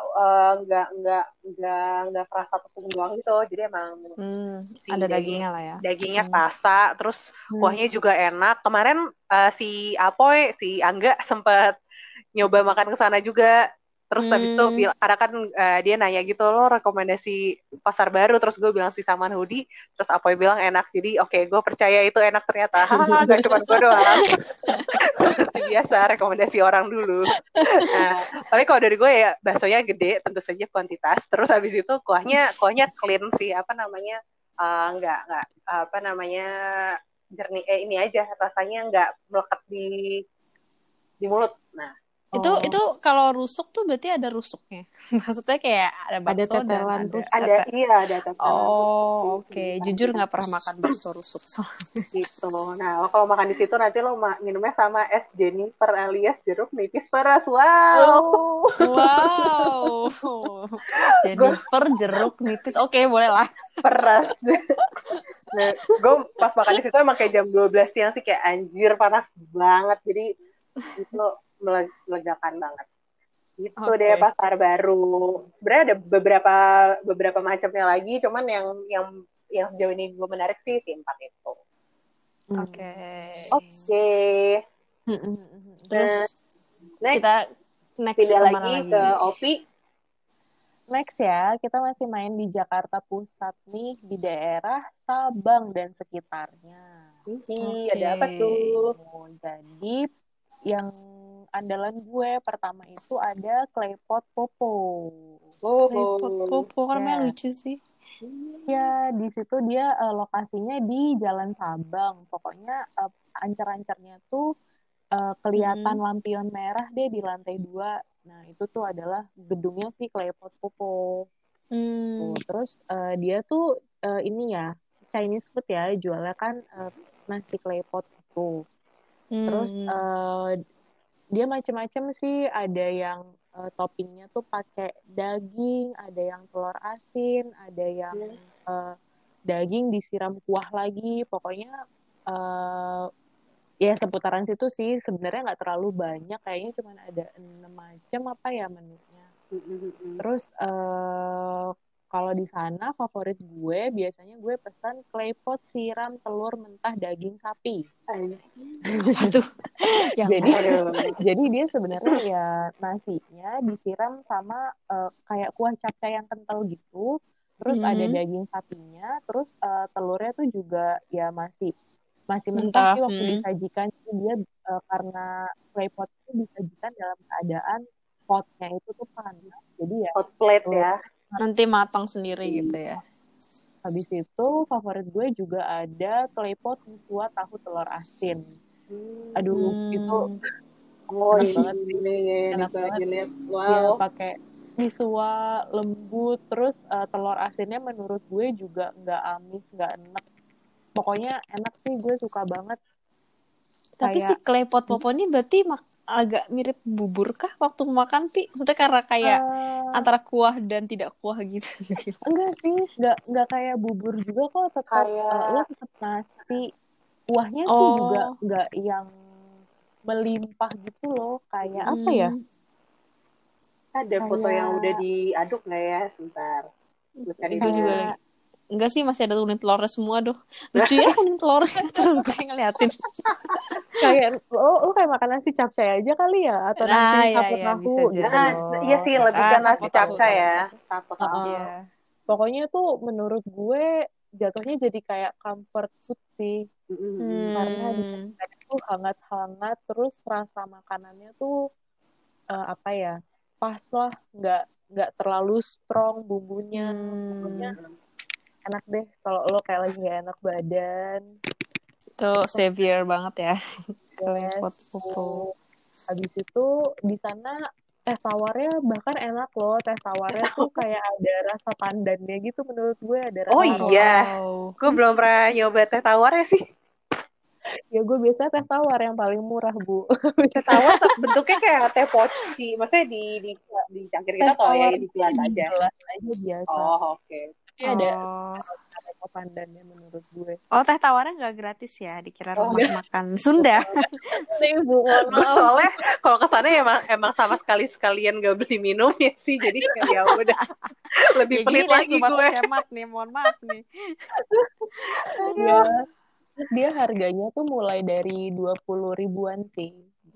Speaker 2: nggak kerasa tepung doang gitu. Jadi emang
Speaker 1: ada dagingnya lah ya.
Speaker 2: Dagingnya kerasa, terus kuahnya juga enak. Kemarin si Apoy, si Angga sempat nyoba makan ke sana juga. Terus habis itu karena kan dia nanya gitu, lo rekomendasi Pasar Baru, terus gue bilang si Saman Hudi, terus Apoy bilang enak. Jadi oke, gue percaya itu enak ternyata. Gak cuma gue doang. Seperti biasa, rekomendasi orang dulu. Nah, tapi kalau dari gue ya baksonya gede, tentu saja kuantitas. Terus habis itu kuahnya clean sih, nggak jernih, ini aja rasanya nggak melekat di mulut. Nah,
Speaker 1: itu kalau rusuk tuh berarti ada rusuknya. Maksudnya kayak ada bakso
Speaker 3: ada tetelan
Speaker 1: dan
Speaker 2: ada tetelan.
Speaker 1: Oke. Jujur nggak pernah makan bakso rusuk
Speaker 2: gitu. Nah, kalau makan di situ nanti lo minumnya sama es Jennifer alias jeruk nipis peras. Wow.
Speaker 1: Jennifer jeruk nipis. Oke, boleh lah.
Speaker 2: Peras. Nah, gue pas makan di situ emang kayak jam 12 siang sih, kayak anjir panas banget. Jadi itu melegakan banget. Itu deh Pasar Baru. Sebenarnya ada beberapa macamnya lagi, cuman yang sejauh ini gue menarik sih si 4 itu.
Speaker 1: Oke.
Speaker 2: Terus
Speaker 1: kita next
Speaker 2: pindah lagi ke Opi.
Speaker 3: Next ya, kita masih main di Jakarta Pusat nih, di daerah Sabang dan sekitarnya.
Speaker 2: Ada apa tuh?
Speaker 3: Jadi yang andalan gue pertama itu ada Klepot Popo.
Speaker 1: Klepot Popo, namanya lucu sih.
Speaker 3: Ya, di situ dia lokasinya di Jalan Sabang. Pokoknya ancer-ancernya tuh kelihatan lampion merah deh di lantai 2. Nah, itu tuh adalah gedungnya si Klepot Popo. Terus dia tuh ini ya, Chinese food ya, jualnya kan nasi klepot itu. Terus dia macam-macam sih, ada yang toppingnya tuh pakai daging, ada yang telur asin, ada yang daging disiram kuah lagi. Pokoknya ya seputaran situ sih. Sebenarnya nggak terlalu banyak, kayaknya cuma ada 6 macam menunya. Terus kalau di sana favorit gue biasanya gue pesan klepot siram telur mentah daging sapi.
Speaker 1: Aduh.
Speaker 3: Jadi dia sebenarnya ya nasinya disiram sama kayak kuah capcay yang kental gitu. Terus ada daging sapinya, terus telurnya tuh juga ya masih mentah sih waktu disajikan. Jadi dia karena klepot itu disajikan dalam keadaan potnya itu tuh panas. Jadi ya
Speaker 2: hot plate ya.
Speaker 1: Nanti matang sendiri gitu ya.
Speaker 3: Habis itu favorit gue juga ada klepot misua tahu telur asin. Aduh, itu enak banget sih. Enak banget. Wow. Dia pakai misua lembut, terus telur asinnya menurut gue juga nggak amis, nggak enak. Pokoknya enak sih, gue suka banget.
Speaker 1: Tapi si klepot popo ini berarti agak mirip bubur kah waktu makan, Pi? Maksudnya karena kayak antara kuah dan tidak kuah gitu.
Speaker 3: Enggak sih, enggak kayak bubur juga kok, tetap lo tetap nasi. Kuahnya sih juga enggak yang melimpah gitu loh, kayak apa ya?
Speaker 2: Ada foto yang udah diaduk nggak ya? Sebentar.
Speaker 1: Itu juga lagi. Enggak sih, masih ada kuning telurnya semua, lucu ya kuning telurnya. Terus gue ngeliatin.
Speaker 3: Kayak lo kayak makan nasi capcay aja kali ya, atau nasi
Speaker 1: ya,
Speaker 3: sapo
Speaker 1: ya,
Speaker 3: tahu
Speaker 1: bisa
Speaker 3: gitu
Speaker 1: jadi.
Speaker 3: loh.
Speaker 2: Iya sih, lebih ke
Speaker 1: sapo
Speaker 2: nasi
Speaker 1: tahu,
Speaker 2: capcay
Speaker 1: sapo
Speaker 2: ya.
Speaker 1: tahu.
Speaker 2: Sapo tahu.
Speaker 1: Iya.
Speaker 3: Pokoknya tuh menurut gue jatuhnya jadi kayak comfort food sih. Karena tuh hangat-hangat, terus rasa makanannya tuh apa ya, pas lah, nggak terlalu strong bumbunya. Pokoknya enak deh kalau lo kayak lagi nggak enak badan.
Speaker 1: Tuh savior banget ya.
Speaker 3: Yes,
Speaker 1: Foto.
Speaker 3: habis itu di sana teh tawarnya bahkan enak loh. Teh tawarnya tuh kayak ada rasa pandannya gitu, menurut gue ada rasa
Speaker 2: iya, gue belum pernah nyoba teh tawar ya sih.
Speaker 3: Ya gue biasa teh tawar yang paling murah, Bu.
Speaker 2: Teh tawar bentuknya kayak teh poci, maksudnya di cangkir kita atau ya di gelas aja?
Speaker 3: Di gelas aja biasa.
Speaker 2: Oh, oke.
Speaker 3: Tapi ada pandannya menurut gue.
Speaker 1: Oh, teh tawarnya nggak gratis ya, dikira rumah makan Sunda.
Speaker 2: Soalnya kalau kesana emang sama sekalian gak beli minum ya sih, jadi ya udah lebih pelit lagi gue.
Speaker 1: Hemat nih, mohon maaf nih.
Speaker 3: Ya, terus dia harganya tuh mulai dari 20 ribuan sih.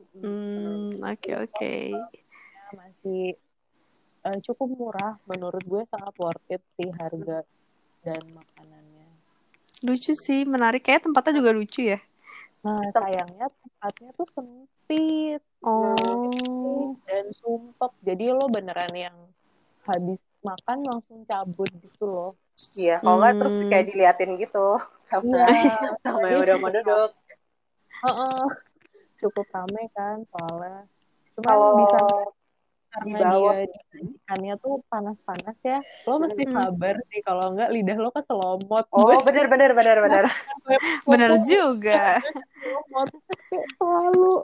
Speaker 1: Oke.
Speaker 3: Masih cukup murah, menurut gue sangat worth it sih harga dan makanannya.
Speaker 1: Lucu sih, menarik. Kayak tempatnya juga lucu ya.
Speaker 3: Nah, sayangnya tempatnya tuh sempit. Dan sumpek. Jadi lo beneran yang habis makan langsung cabut gitu loh.
Speaker 2: Iya, kalau nggak terus kayak diliatin gitu sama yang udah mau duduk.
Speaker 3: Cukup rame kan soalnya. Cuman
Speaker 2: kalau
Speaker 3: bisa karena dia disajikannya tuh panas-panas ya, lo mesti sabar sih, kalau enggak lidah lo keselomot.
Speaker 2: Bener.
Speaker 1: Bener juga.
Speaker 3: Selalu.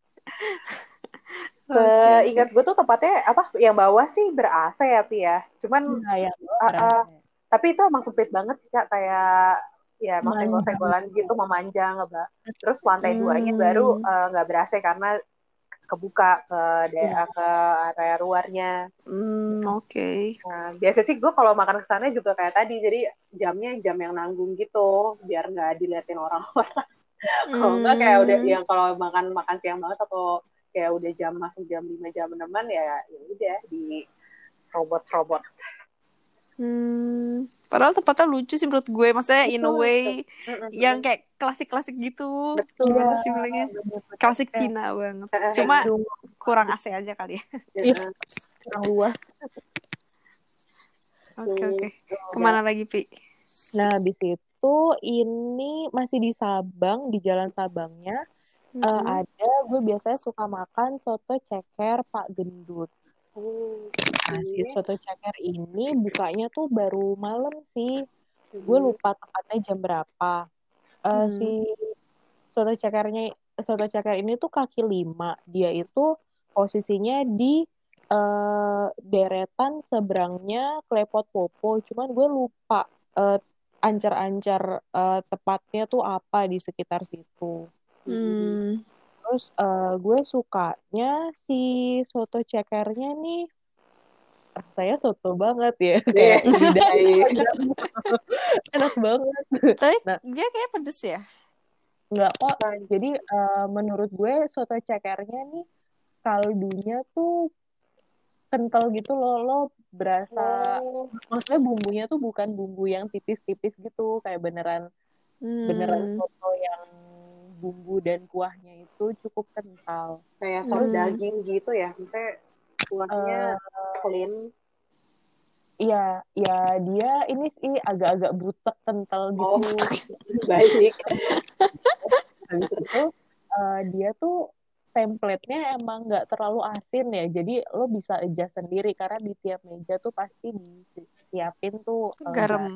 Speaker 2: Seingat gue tuh tempatnya yang bawah sih ber-AC ya, Pi ya. Cuman tapi itu emang sempit banget sih, Kak, kayak ya emang senggol-senggolan gitu, memanjang, terus lantai 2-nya baru nggak ber-AC karena kebuka ke area luarnya.
Speaker 1: Oke.
Speaker 2: Nah, biasa sih gue kalau makan kesana juga kayak tadi, jadi jamnya jam yang nanggung gitu, biar nggak diliatin orang-orang. Kalau nggak kayak udah yang kalau makan siang banget atau kayak udah masuk jam 5 jam 6 ya udah di robot.
Speaker 1: Padahal tempatnya lucu sih menurut gue, maksudnya in a way yang kayak klasik-klasik gitu.
Speaker 2: Betul.
Speaker 1: Gimana sih bilangnya? Klasik Cina banget. Cuma kurang AC aja kali ya.
Speaker 3: Kurang luas.
Speaker 1: Oke. Kemana lagi, Pi?
Speaker 3: Nah, habis itu ini masih di Sabang, di Jalan Sabangnya. Ada, gue biasanya suka makan soto ceker Pak Gendut. Nah, si soto ceker ini bukanya tuh baru malam sih. Gue lupa tepatnya jam berapa. Si soto ceker ini tuh kaki 5. Dia itu posisinya di deretan seberangnya Klepot Popo. Cuman gue lupa ancar-ancar tepatnya tuh apa di sekitar situ. Terus gue sukanya si soto cekernya nih rasanya soto banget ya. Kayak enak banget.
Speaker 1: Tapi dia kayak pedes ya?
Speaker 3: Enggak kok. Jadi menurut gue soto cekernya nih kaldunya tuh kental gitu loh. Lo berasa maksudnya bumbunya tuh bukan bumbu yang tipis-tipis gitu, kayak beneran soto yang bumbu dan kuahnya itu cukup kental.
Speaker 2: Kayak sop daging gitu ya, misalnya kuahnya clean.
Speaker 3: Iya, dia ini sih agak-agak butek kental gitu.
Speaker 2: Baik.
Speaker 3: Habis itu dia tuh template-nya emang nggak terlalu asin ya, jadi lo bisa adjust sendiri karena di tiap meja tuh pasti disiapin tuh
Speaker 1: garam.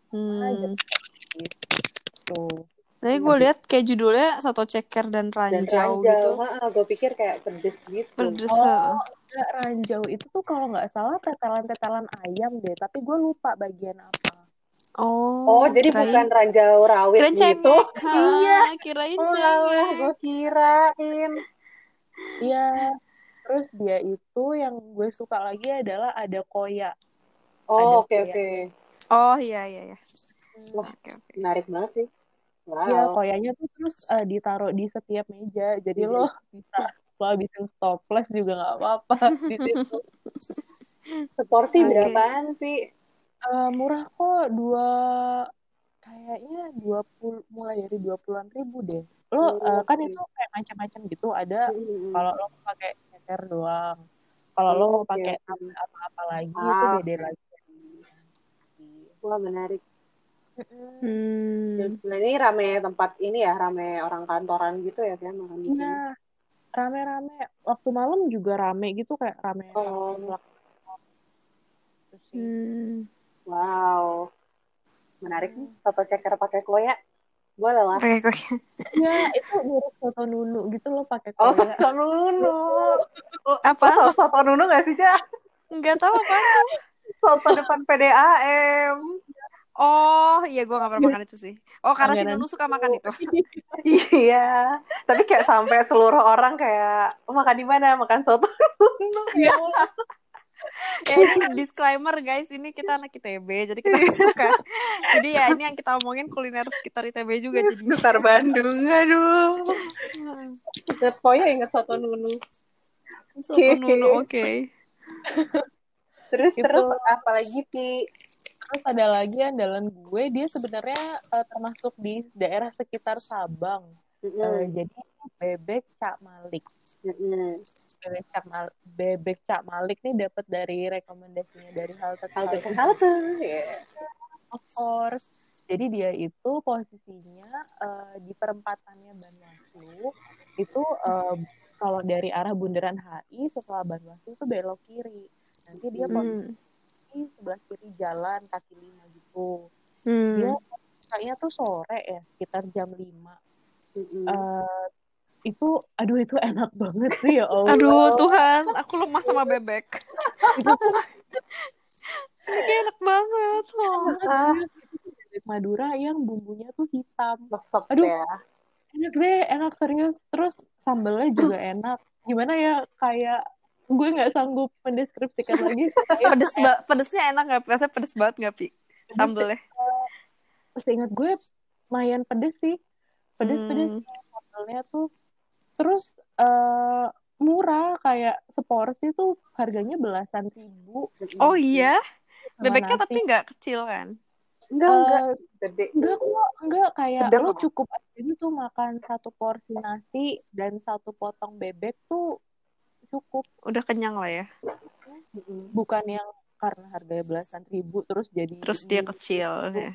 Speaker 3: Gitu.
Speaker 1: Tapi gue lihat kayak judulnya soto ceker dan ranjau gitu.
Speaker 2: Gue pikir kayak pedes gitu.
Speaker 1: Pedes.
Speaker 3: Ranjau itu tuh kalau nggak salah tetelan-tetelan ayam deh, tapi gue lupa bagian apa.
Speaker 2: Jadi bukan ranjau rawit gitu.
Speaker 1: Iya, kirain cengek.
Speaker 2: Gue kirain.
Speaker 3: Iya. Terus dia itu yang gue suka lagi adalah ada koya.
Speaker 2: Oke.
Speaker 1: Oh iya.
Speaker 2: Wah, menarik banget sih.
Speaker 3: Ya, koyanya tuh terus ditaruh di setiap meja. Jadi lo bisa lo habisin stopless juga nggak apa-apa di situ.
Speaker 2: Seporsi berapaan sih?
Speaker 3: Murah kok, kayaknya 20, mulai dari 20-an ribu deh. Lo kan itu kayak macam-macam gitu. Ada kalau lo mau pakai ceker doang. Kalau lo mau pakai apa-apa lagi itu beda lagi.
Speaker 2: Wah, menarik. Nah, ini rame tempat ini ya, rame orang kantoran gitu ya kan makan di sini.
Speaker 3: Iya, rame-rame. Waktu malam juga rame gitu, kayak rame orang.
Speaker 2: Wow, menarik nih. Soto ceker pakai koya, boleh lah.
Speaker 1: Pakai koya.
Speaker 3: Ya, itu mirip soto nunu gitu loh pakai
Speaker 2: koya. Oh,
Speaker 3: soto
Speaker 2: nunu.
Speaker 1: Apa?
Speaker 2: Soto nunu nggak sih, Cak?
Speaker 1: Nggak tahu apa tuh.
Speaker 2: Soto depan PDAM.
Speaker 1: Oh, iya gue gak pernah makan itu sih. Oh, karena si Nunu suka makan itu.
Speaker 2: Iya, tapi kayak sampai seluruh orang kayak makan di mana, makan soto Nunu. Ya,
Speaker 1: ini disclaimer guys, ini kita anak ITB, jadi kita suka. Jadi ya ini yang kita omongin kuliner sekitar ITB juga. Jadi
Speaker 2: sekitar Bandung, aduh. Ingat Koya, ingat soto Nunu.
Speaker 1: Soto Nunu, oke.
Speaker 2: Terus apalagi Pi?
Speaker 3: Terus ada lagi andalan gue, dia sebenarnya termasuk di daerah sekitar Sabang. Jadi bebek Cak Malik. Bebek Cak Malik nih dapat dari rekomendasinya dari halte.
Speaker 2: Yeah.
Speaker 3: Of course. Jadi dia itu posisinya di perempatannya Banwasu. Itu kalau dari arah Bundaran HI setelah Banwasu itu belok kiri. Nanti dia posisi di sebelah kiri jalan kaki 5 gitu. Dia kayaknya tuh sore ya, sekitar jam 5. Itu enak banget sih ya Allah.
Speaker 1: Aduh Tuhan, aku lemah sama bebek. Ini kayak enak banget loh.
Speaker 3: Bebek Madura yang bumbunya tuh hitam.
Speaker 2: Mesep ya.
Speaker 3: Enak deh, enak serius. Terus sambelnya juga enak. Gimana ya, kayak gue nggak sanggup mendeskripsikan lagi.
Speaker 1: Pedesnya enak nggak? Rasanya pedes banget nggak Pi? Sambelnya?
Speaker 3: Seingat gue lumayan pedes sih. Pedes sambelnya tuh. Terus murah, kayak seporsi tuh harganya belasan ribu.
Speaker 1: Oh iya? Bebeknya tapi nggak kecil kan?
Speaker 3: Enggak. Gede. Enggak kayak lo cukup aja gitu makan satu porsi nasi dan satu potong bebek tuh cukup.
Speaker 1: Udah kenyang lah ya.
Speaker 3: Bukan yang karena harganya belasan ribu terus dia
Speaker 1: kecil ya.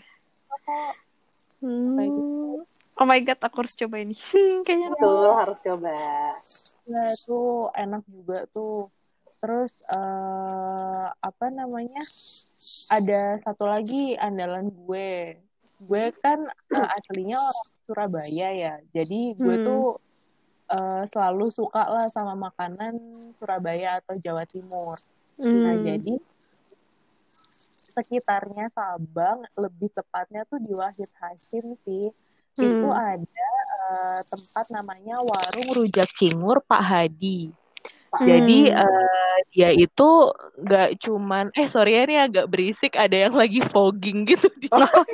Speaker 1: Oh my god, aku harus coba ini. Kayaknya
Speaker 2: tuh harus coba.
Speaker 3: Ya tuh enak juga tuh. Terus apa namanya? Ada satu lagi andalan gue. Gue kan aslinya orang Surabaya ya. Jadi gue tuh selalu suka lah sama makanan Surabaya atau Jawa Timur. Nah, jadi sekitarnya Sabang, lebih tepatnya tuh di Wahid Hasyim sih. Itu ada tempat namanya Warung Rujak Cingur Pak Hadi. Jadi dia itu nggak cuman sorry ya, ini agak berisik, ada yang lagi fogging gitu di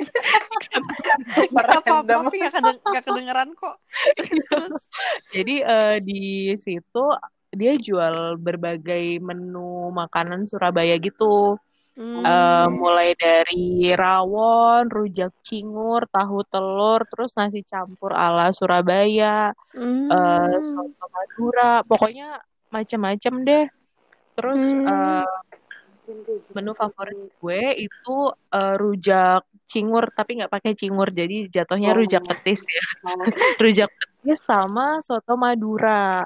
Speaker 1: apa-apa nggak kedengeran kok.
Speaker 3: Jadi di situ dia jual berbagai menu makanan Surabaya gitu. Mulai dari rawon, rujak cingur, tahu telur, terus nasi campur ala Surabaya, soto Madura, pokoknya macam-macam deh. Terus menu favorit gue itu rujak cingur, tapi nggak pakai cingur, jadi jatuhnya rujak petis ya. Rujak petis sama soto Madura.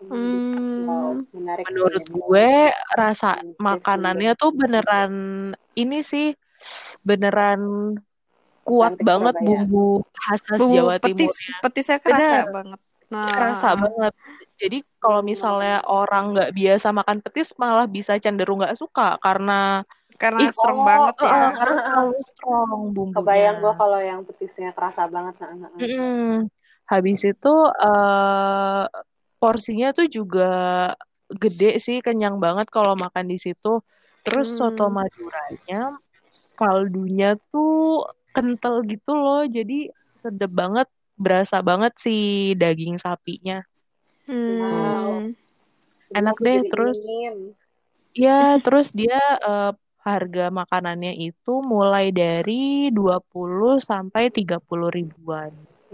Speaker 3: Menurut gue rasa makanannya tuh beneran ini sih, beneran kuat banget bumbu khas Jawa Timur.
Speaker 1: Petisnya kerasa banget.
Speaker 3: Kerasa banget. Jadi kalau misalnya orang nggak biasa makan petis malah bisa cenderung nggak suka karena
Speaker 1: strong banget ya.
Speaker 3: Karena terlalu strong bumbunya.
Speaker 2: Kebayang gue kalau yang petisnya kerasa banget.
Speaker 3: Habis itu porsinya tuh juga gede sih, kenyang banget kalau makan di situ. Terus soto Maduranya kaldunya tuh kental gitu loh, jadi sedep banget, berasa banget si daging sapinya.
Speaker 2: Wow.
Speaker 3: Enak
Speaker 2: Aku
Speaker 3: deh.
Speaker 2: jadi
Speaker 3: Terus
Speaker 2: ingin.
Speaker 3: ya, terus dia harga makanannya itu mulai dari 20 sampai 30 ribuan.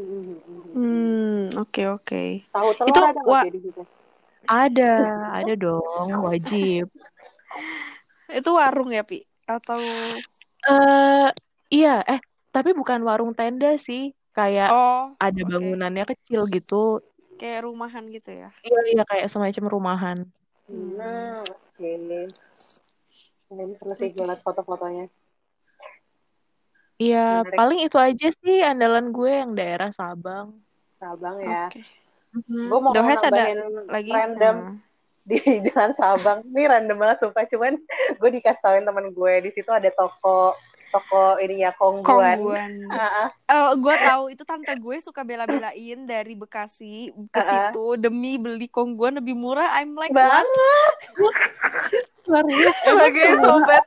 Speaker 1: Oke.
Speaker 2: Tahu telur
Speaker 1: Itu
Speaker 2: ada nggak di situ?
Speaker 3: Ada dong, wajib.
Speaker 1: Itu warung ya, Pi? Atau
Speaker 3: Iya, tapi bukan warung tenda sih, kayak ada bangunannya kecil gitu.
Speaker 1: Kayak rumahan gitu ya?
Speaker 3: Iya, kayak semacam rumahan.
Speaker 2: Oke. Ini selesai gue liat foto-fotonya.
Speaker 3: Iya,
Speaker 2: Menarik.
Speaker 3: paling itu aja sih andalan gue yang daerah Sabang.
Speaker 2: Sabang ya.
Speaker 1: Oke.
Speaker 2: Gue mau nambahin
Speaker 1: lagi
Speaker 2: random di Jalan Sabang. Ini random banget sumpah. Cuman gue dikasih tauin temen gue di situ ada toko ini ya Kongguan.
Speaker 1: Gue tahu itu tante gue suka bela-belain dari Bekasi ke situ demi beli Kongguan lebih murah. I'm like what?
Speaker 2: Sebagai sobat.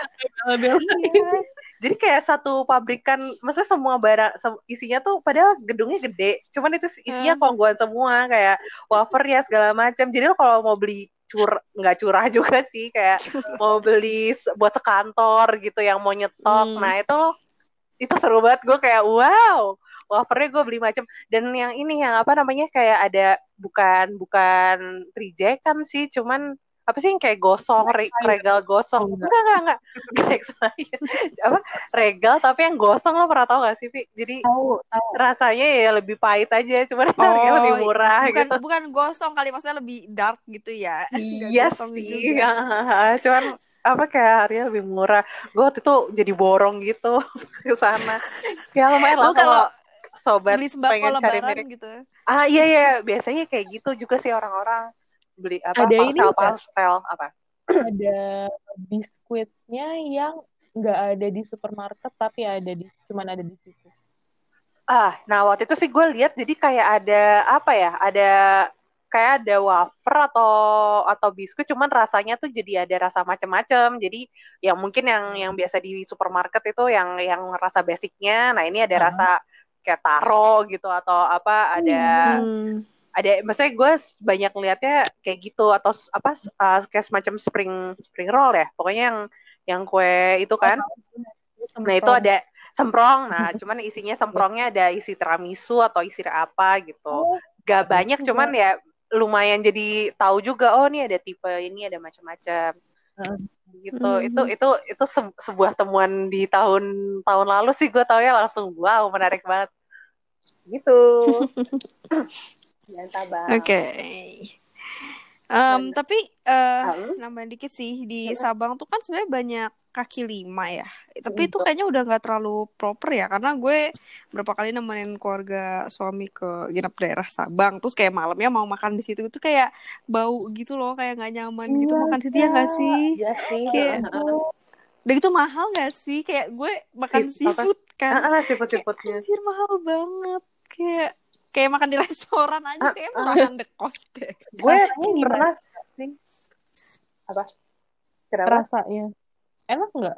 Speaker 2: Jadi kayak satu pabrikan, maksudnya semua barang isinya tuh padahal gedungnya gede, cuman itu isinya Kongguan semua, kayak wafer ya segala macam. Jadi lo kalau mau beli nggak curah juga sih, kayak mau beli buat sekantor gitu yang mau nyetok, nah itu seru banget. Gue kayak wow, wafernya gue beli macam. Dan yang ini yang apa namanya kayak ada bukan trijekan sih, cuman apa sih yang kayak gosong, regal gosong. Enggak. Apa regal tapi yang gosong, lo pernah tahu gak sih, Pi? Jadi rasanya ya lebih pahit aja, cuman harganya lebih murah gitu.
Speaker 1: Bukan gosong kali, maksudnya lebih dark gitu ya.
Speaker 2: Iya sih. Cuman apa kayak harganya lebih murah. Gue waktu itu jadi borong gitu ke sana. Ya lumayan lah kalau sobat
Speaker 1: beli sembako
Speaker 2: pengen cari merek
Speaker 1: gitu.
Speaker 2: Iya, biasanya kayak gitu juga sih orang-orang beli apa parcel apa.
Speaker 3: Ada biskuitnya yang nggak ada di supermarket tapi cuman ada di situ.
Speaker 2: Nah waktu itu sih gue lihat jadi kayak ada apa ya, kayak ada wafer atau biskuit, cuman rasanya tuh jadi ada rasa macam-macam. Jadi yang mungkin yang biasa di supermarket itu yang rasa basicnya, nah ini ada rasa kayak taro gitu atau apa, ada maksudnya gue banyak ngeliatnya kayak gitu, atau apa kayak semacam spring roll ya, pokoknya yang kue itu kan. Nah itu ada semprong, nah cuman isinya semprongnya ada isi tiramisu atau isi apa gitu. Gak banyak, cuman ya lumayan jadi tahu juga, oh nih ada tipe ini, ada macam-macam gitu. Itu sebuah temuan di tahun lalu sih, gue taunya langsung wow, menarik banget gitu.
Speaker 1: Oke. Tapi nambahin dikit sih, di Sabang tuh kan sebenarnya banyak kaki lima ya. Tapi itu kayaknya udah nggak terlalu proper ya, karena gue berapa kali nemenin keluarga suami ke nginep daerah Sabang, terus kayak malamnya mau makan di situ itu kayak bau gitu loh, kayak nggak nyaman gitu makan di situ ya nggak sih?
Speaker 2: Iya sih.
Speaker 1: Kayak udah gitu mahal nggak sih? Kayak gue makan seafood kan.
Speaker 2: Seafood-seafoodnya.
Speaker 1: Anjir mahal banget, kayak makan di restoran aja, kayak murahan the cost deh.
Speaker 2: Gue pernah apa?
Speaker 3: Rasanya enak nggak?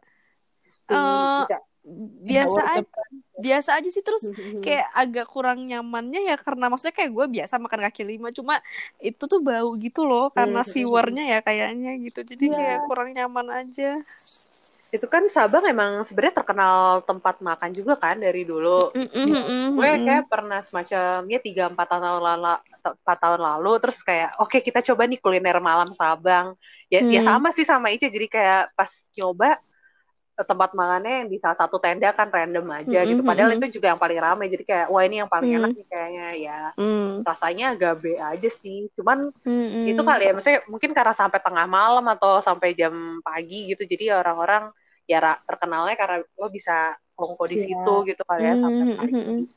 Speaker 1: Biasa aja sih, terus kayak agak kurang nyamannya ya karena maksudnya kayak gue biasa makan kaki lima, cuma itu tuh bau gitu loh karena siwarnya ya kayaknya gitu, jadi kayak kurang nyaman aja.
Speaker 2: Itu kan Sabang emang sebenarnya terkenal tempat makan juga kan dari dulu. Gue kayak pernah semacamnya 3-4 tahun lalu, terus kayak oke, kita coba nih kuliner malam Sabang. Ya sama sih sama Ica, jadi kayak pas nyoba tempat makannya yang di salah satu tenda kan random aja gitu. Padahal itu juga yang paling ramai, jadi kayak wah ini yang paling enak nih kayaknya ya. Rasanya agak B aja sih. Cuman itu kali ya, maksudnya mungkin karena sampai tengah malam atau sampai jam pagi gitu, jadi orang-orang ya terkenalnya karena lo bisa kongko di situ gitu kali ya sampai pagi.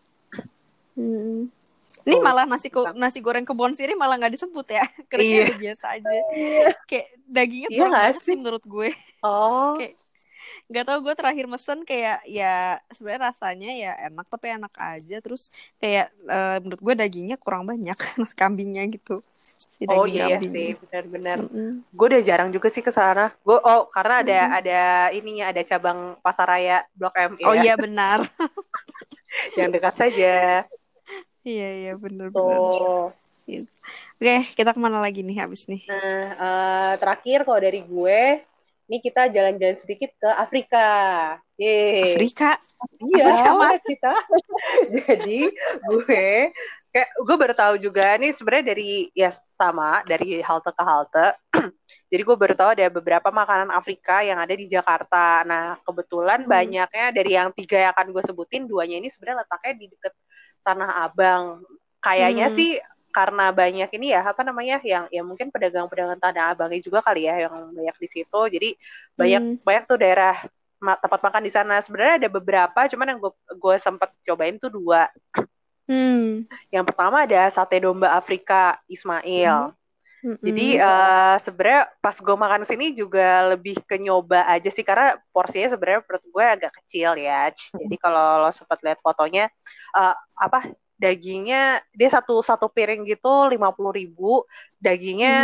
Speaker 1: Ini malah nasi goreng kebon sirih malah nggak disebut ya, karena biasa aja. Kayak dagingnya kurang banyak sih menurut gue. Kayak nggak tahu, gue terakhir mesen kayak ya sebenarnya rasanya ya enak tapi enak aja, terus kayak menurut gue dagingnya kurang banyak, nasi kambingnya gitu.
Speaker 2: Iya sih, benar-benar. Gue udah jarang juga sih ke sana. Gue karena ada ininya, ada cabang Pasaraya Blok M.
Speaker 1: Oh iya benar.
Speaker 2: yang dekat saja.
Speaker 1: Iya benar-benar. Oke, kita kemana lagi nih habis nih?
Speaker 2: Nah, terakhir kalau dari gue, ini kita jalan-jalan sedikit ke Afrika. Yeay.
Speaker 1: Afrika?
Speaker 2: Iya, Afrika mana kita? Jadi gue baru tahu juga nih sebenarnya dari halte ke halte. Jadi gue baru tahu ada beberapa makanan Afrika yang ada di Jakarta. Nah, kebetulan banyaknya dari yang 3 yang akan gue sebutin, 2-nya ini sebenarnya letaknya di deket Tanah Abang. Kayaknya sih karena banyak ini ya, apa namanya, yang ya mungkin pedagang-pedagang Tanah Abangnya juga kali ya yang banyak di situ. Jadi banyak tuh daerah tempat makan di sana. Sebenarnya ada beberapa, cuman yang gue sempat cobain tuh 2. Yang pertama ada sate domba Afrika Ismail. Jadi sebenarnya pas gue makan sini juga lebih ke nyoba aja sih, karena porsinya sebenarnya menurut gue agak kecil ya. Jadi kalau lo sempat lihat fotonya, dagingnya dia satu piring gitu 50.000. Dagingnya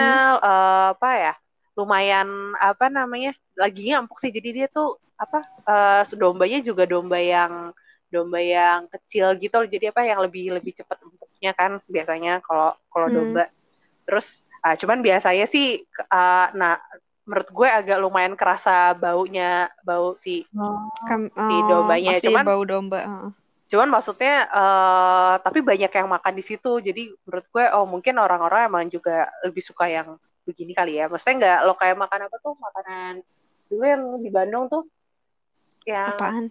Speaker 2: lumayan dagingnya empuk sih. Jadi dia tuh dombanya juga domba yang kecil gitu. Jadi yang lebih cepat empuknya kan biasanya kalau domba. Terus cuman biasanya sih menurut gue agak lumayan kerasa bau si dombanya.
Speaker 1: Masih
Speaker 2: cuman
Speaker 1: bau domba.
Speaker 2: Cuman maksudnya tapi banyak yang makan di situ. Jadi menurut gue mungkin orang-orang emang juga lebih suka yang begini kali ya. Maksudnya nggak lo kayak makan apa tuh, makanan dulu yang di Bandung tuh yang
Speaker 1: apaan?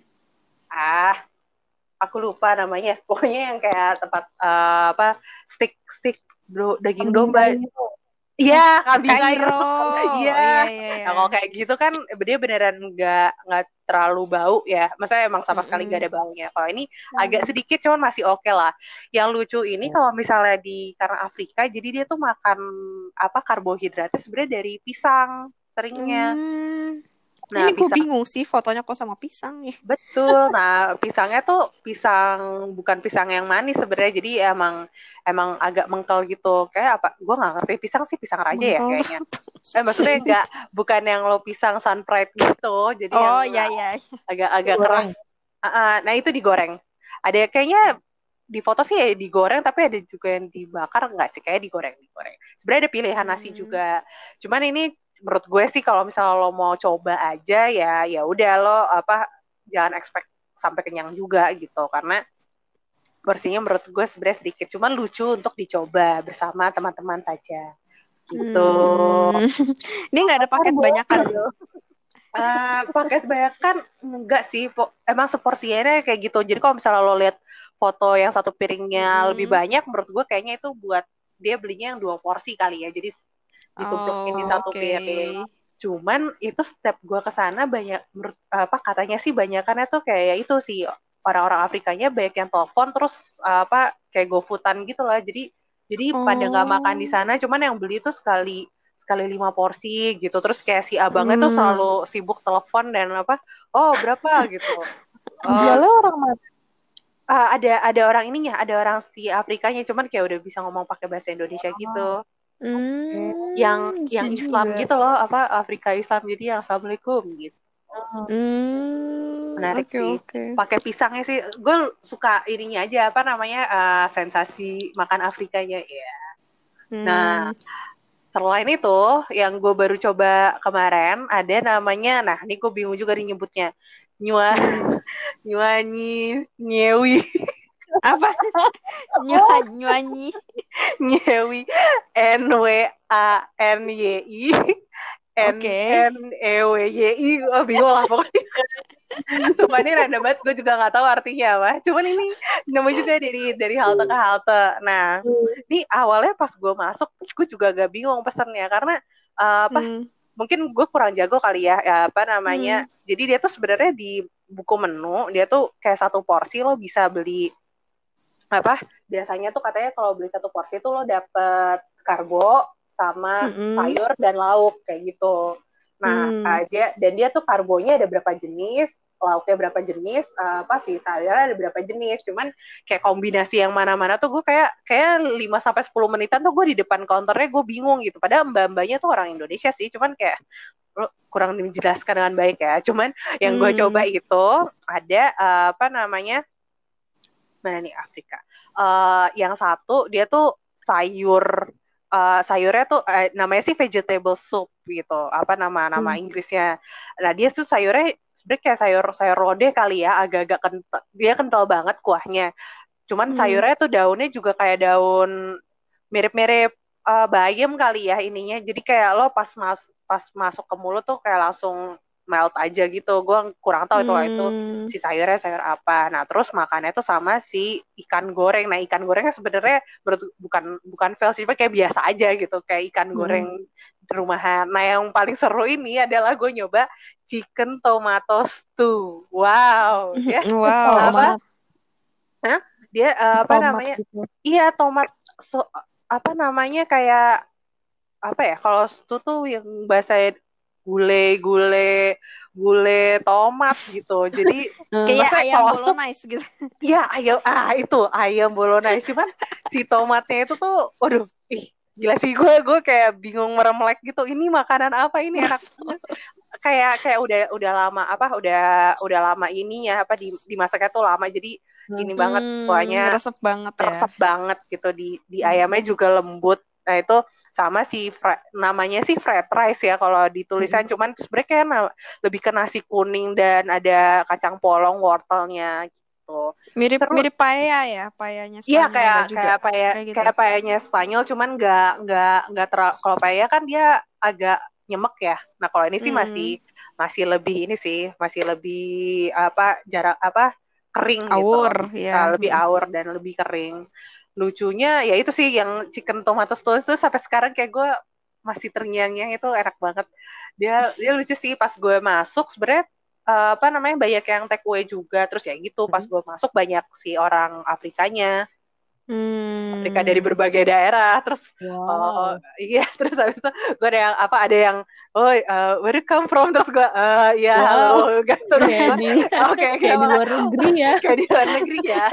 Speaker 2: Aku lupa namanya. Pokoknya yang kayak tempat stick daging domba. Iya, kambing Cairo. Iya. Nah, kalau kayak gitu kan dia beneran nggak terlalu bau ya. Maksudnya emang sama sekali nggak ada baunya. Kalau ini agak sedikit, cuman masih oke lah. Yang lucu ini kalau misalnya karena Afrika, jadi dia tuh makan karbohidratnya sebenarnya dari pisang seringnya.
Speaker 1: Nah, ini gue bingung sih fotonya kok sama pisang nih.
Speaker 2: Betul. Nah, pisangnya tuh bukan pisang yang manis sebenarnya. Jadi emang agak mengkel gitu. Kayak apa? Gue nggak ngerti. Pisang sih pisang raja ya kayaknya. Maksudnya bukan yang lo pisang sunfried gitu. Jadi agak keras. Nah, itu digoreng. Ada kayaknya di foto sih ya digoreng, tapi ada juga yang dibakar nggak sih? Kayak digoreng. Sebenarnya ada pilihan nasi juga. Cuman ini menurut gue sih kalau misalnya lo mau coba aja ya udah lo jangan expect sampai kenyang juga gitu, karena porsinya menurut gue sebenarnya sedikit, cuman lucu untuk dicoba bersama teman-teman saja gitu.
Speaker 1: Ini nggak ada paket banyakan?
Speaker 2: Paket banyakan enggak sih, emang seporsinya kayak gitu. Jadi kalau misalnya lo lihat foto yang satu piringnya lebih banyak, menurut gue kayaknya itu buat dia belinya yang 2 porsi kali ya. Jadi ditumpukin di satu piring. Cuman itu setiap gue kesana banyak katanya sih banyakannya tuh kayak itu sih, orang-orang Afrikanya banyak yang telepon terus kayak GoFoodan gitu lah. Jadi pada nggak makan di sana, cuman yang beli tuh sekali 5 porsi gitu. Terus kayak si abangnya tuh selalu sibuk telepon dan berapa gitu.
Speaker 3: Jualnya orang mana?
Speaker 2: Ada orang ininya, ada orang si Afrikanya, cuman kayak udah bisa ngomong pakai bahasa Indonesia gitu. Yang Islam juga gitu loh, Afrika Islam, jadi yang assalamualaikum gitu. Menarik sih. Pakai pisangnya sih, gue suka ininya aja, sensasi makan Afrikanya ya. Nah, selain itu yang gue baru coba kemarin ada namanya, nah ini gue bingung juga nih nyebutnya, nyuanyi nyewi.
Speaker 1: Apa? Nyewi
Speaker 2: NWANYI NNEWYI. Bingung lah pokoknya. Sumpah ini random banget, gue juga nggak tahu artinya apa. Cuman ini namanya juga dari halte ke halte. Nah, ini awalnya pas gue masuk, gue juga agak bingung pesennya karena mungkin gue kurang jago kali ya, Jadi dia tuh sebenarnya di buku menu dia tuh kayak 1 porsi lo bisa beli biasanya tuh katanya kalau beli 1 porsi tuh lo dapet karbo sama sayur dan lauk kayak gitu. Nah, dia tuh karbonya ada berapa jenis, lauknya berapa jenis, sayurnya ada berapa jenis. Cuman kayak kombinasi yang mana-mana tuh gue kayak 5-10 menitan tuh gue di depan counternya gue bingung gitu. Padahal mbak-mbaknya tuh orang Indonesia sih, cuman kayak kurang dijelaskan dengan baik ya. Cuman yang gue coba itu ada Mana nih Afrika? Yang satu dia tuh sayurnya tuh namanya sih vegetable soup gitu. Apa nama Inggrisnya? Nah dia tuh sayurnya sebenarnya kayak sayur lodeh kali ya, agak-agak kental. Dia kental banget kuahnya. Cuman sayurnya tuh daunnya juga kayak daun mirip-mirip bayam kali ya ininya. Jadi kayak lo pas masuk ke mulut tuh kayak langsung melt aja gitu. Gue kurang tahu itu itu si sayurnya sayur apa. Nah terus makannya tuh sama si ikan goreng. Nah ikan gorengnya sebenarnya bukan fail sih, kayak biasa aja gitu, kayak ikan goreng rumahan. Nah yang paling seru ini adalah gue nyoba chicken tomato stew. Wow, ya.
Speaker 1: Wow.
Speaker 2: Apa? Hah? Dia apa namanya? Gitu. Iya tomat. Apa namanya kayak apa ya? Kalau stew tuh yang bahasa gule tomat gitu. Jadi
Speaker 1: kayak ayam bolognese gitu.
Speaker 2: Iya, itu ayam bolognese. Cuman si tomatnya itu tuh waduh, gila sih gue kayak bingung meremlek gitu. Ini makanan apa ini, enak banget. kayak udah lama udah lama ininya dimasaknya tuh lama, jadi ini banget kuahnya
Speaker 1: resep banget
Speaker 2: gitu, di ayamnya juga lembut. Nah itu sama namanya sih fried rice ya kalau ditulisan, cuman sebenarnya kayak lebih ke nasi kuning dan ada kacang polong wortelnya gitu.
Speaker 1: Mirip paella ya, paellanya Spanyol.
Speaker 2: Iya kayak paellanya Spanyol, cuman nggak terlalu, kalau paella kan dia agak nyemek ya. Nah kalau ini sih masih lebih ini sih, masih lebih kering
Speaker 1: aur,
Speaker 2: gitu.
Speaker 1: Ya.
Speaker 2: Lebih aur dan lebih kering. Lucunya ya itu sih yang chicken tomato stew itu sampai sekarang kayak gue masih terngiang-ngiang, itu enak banget. Dia lucu sih, pas gue masuk sebenarnya banyak yang take away juga, terus ya gitu pas gue masuk banyak si orang Afrikanya. Afrika dari berbagai daerah, terus iya, terus habis itu gue ada yang where you come from, terus gue halo gitu,
Speaker 3: kayak di luar negeri ya,
Speaker 2: kayak di luar negeri ya,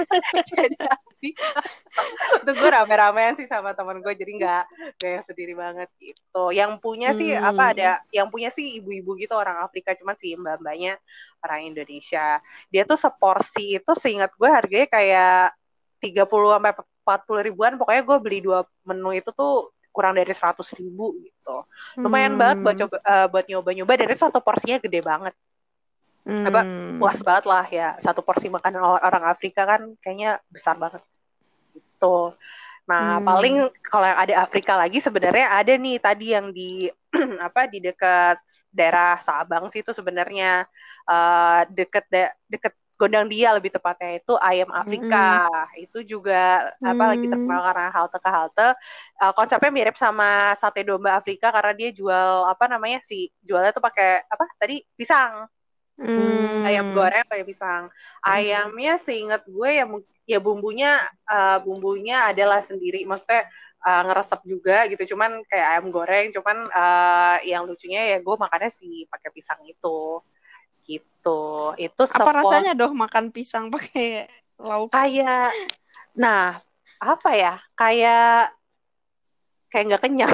Speaker 2: itu gue rame-ramean sih sama teman gue, jadi nggak yang sendiri banget gitu. Yang punya sih yang punya sih ibu-ibu gitu orang Afrika, cuman sih mbak-mbaknya orang Indonesia. Dia tuh seporsi itu seingat gue harganya kayak 30-40 ribuan, pokoknya gue beli 2 menu itu tuh kurang dari 100 ribu gitu. Lumayan banget buat nyoba-nyoba, dan itu satu porsinya gede banget. Puas banget lah ya, satu porsi makanan orang Afrika kan kayaknya besar banget gitu. Nah paling kalau yang ada Afrika lagi sebenarnya ada nih tadi yang di di dekat daerah Sabang sih, itu sebenarnya deket Gondang Dia lebih tepatnya, itu ayam Afrika. Itu juga lagi terkenal karena halte ke halte. Konsepnya mirip sama sate domba Afrika, karena dia jual jualnya tuh pakai pisang. Ayam goreng pakai pisang. Ayamnya seingat gue ya bumbunya adalah sendiri, maksudnya ngeresep juga gitu, cuman kayak ayam goreng, cuman yang lucunya ya gue makannya sih pakai pisang itu. Gitu. Itu
Speaker 1: apa rasanya doh makan pisang pakai lauk?
Speaker 2: Kayak apa ya? Kayak nggak kenyang.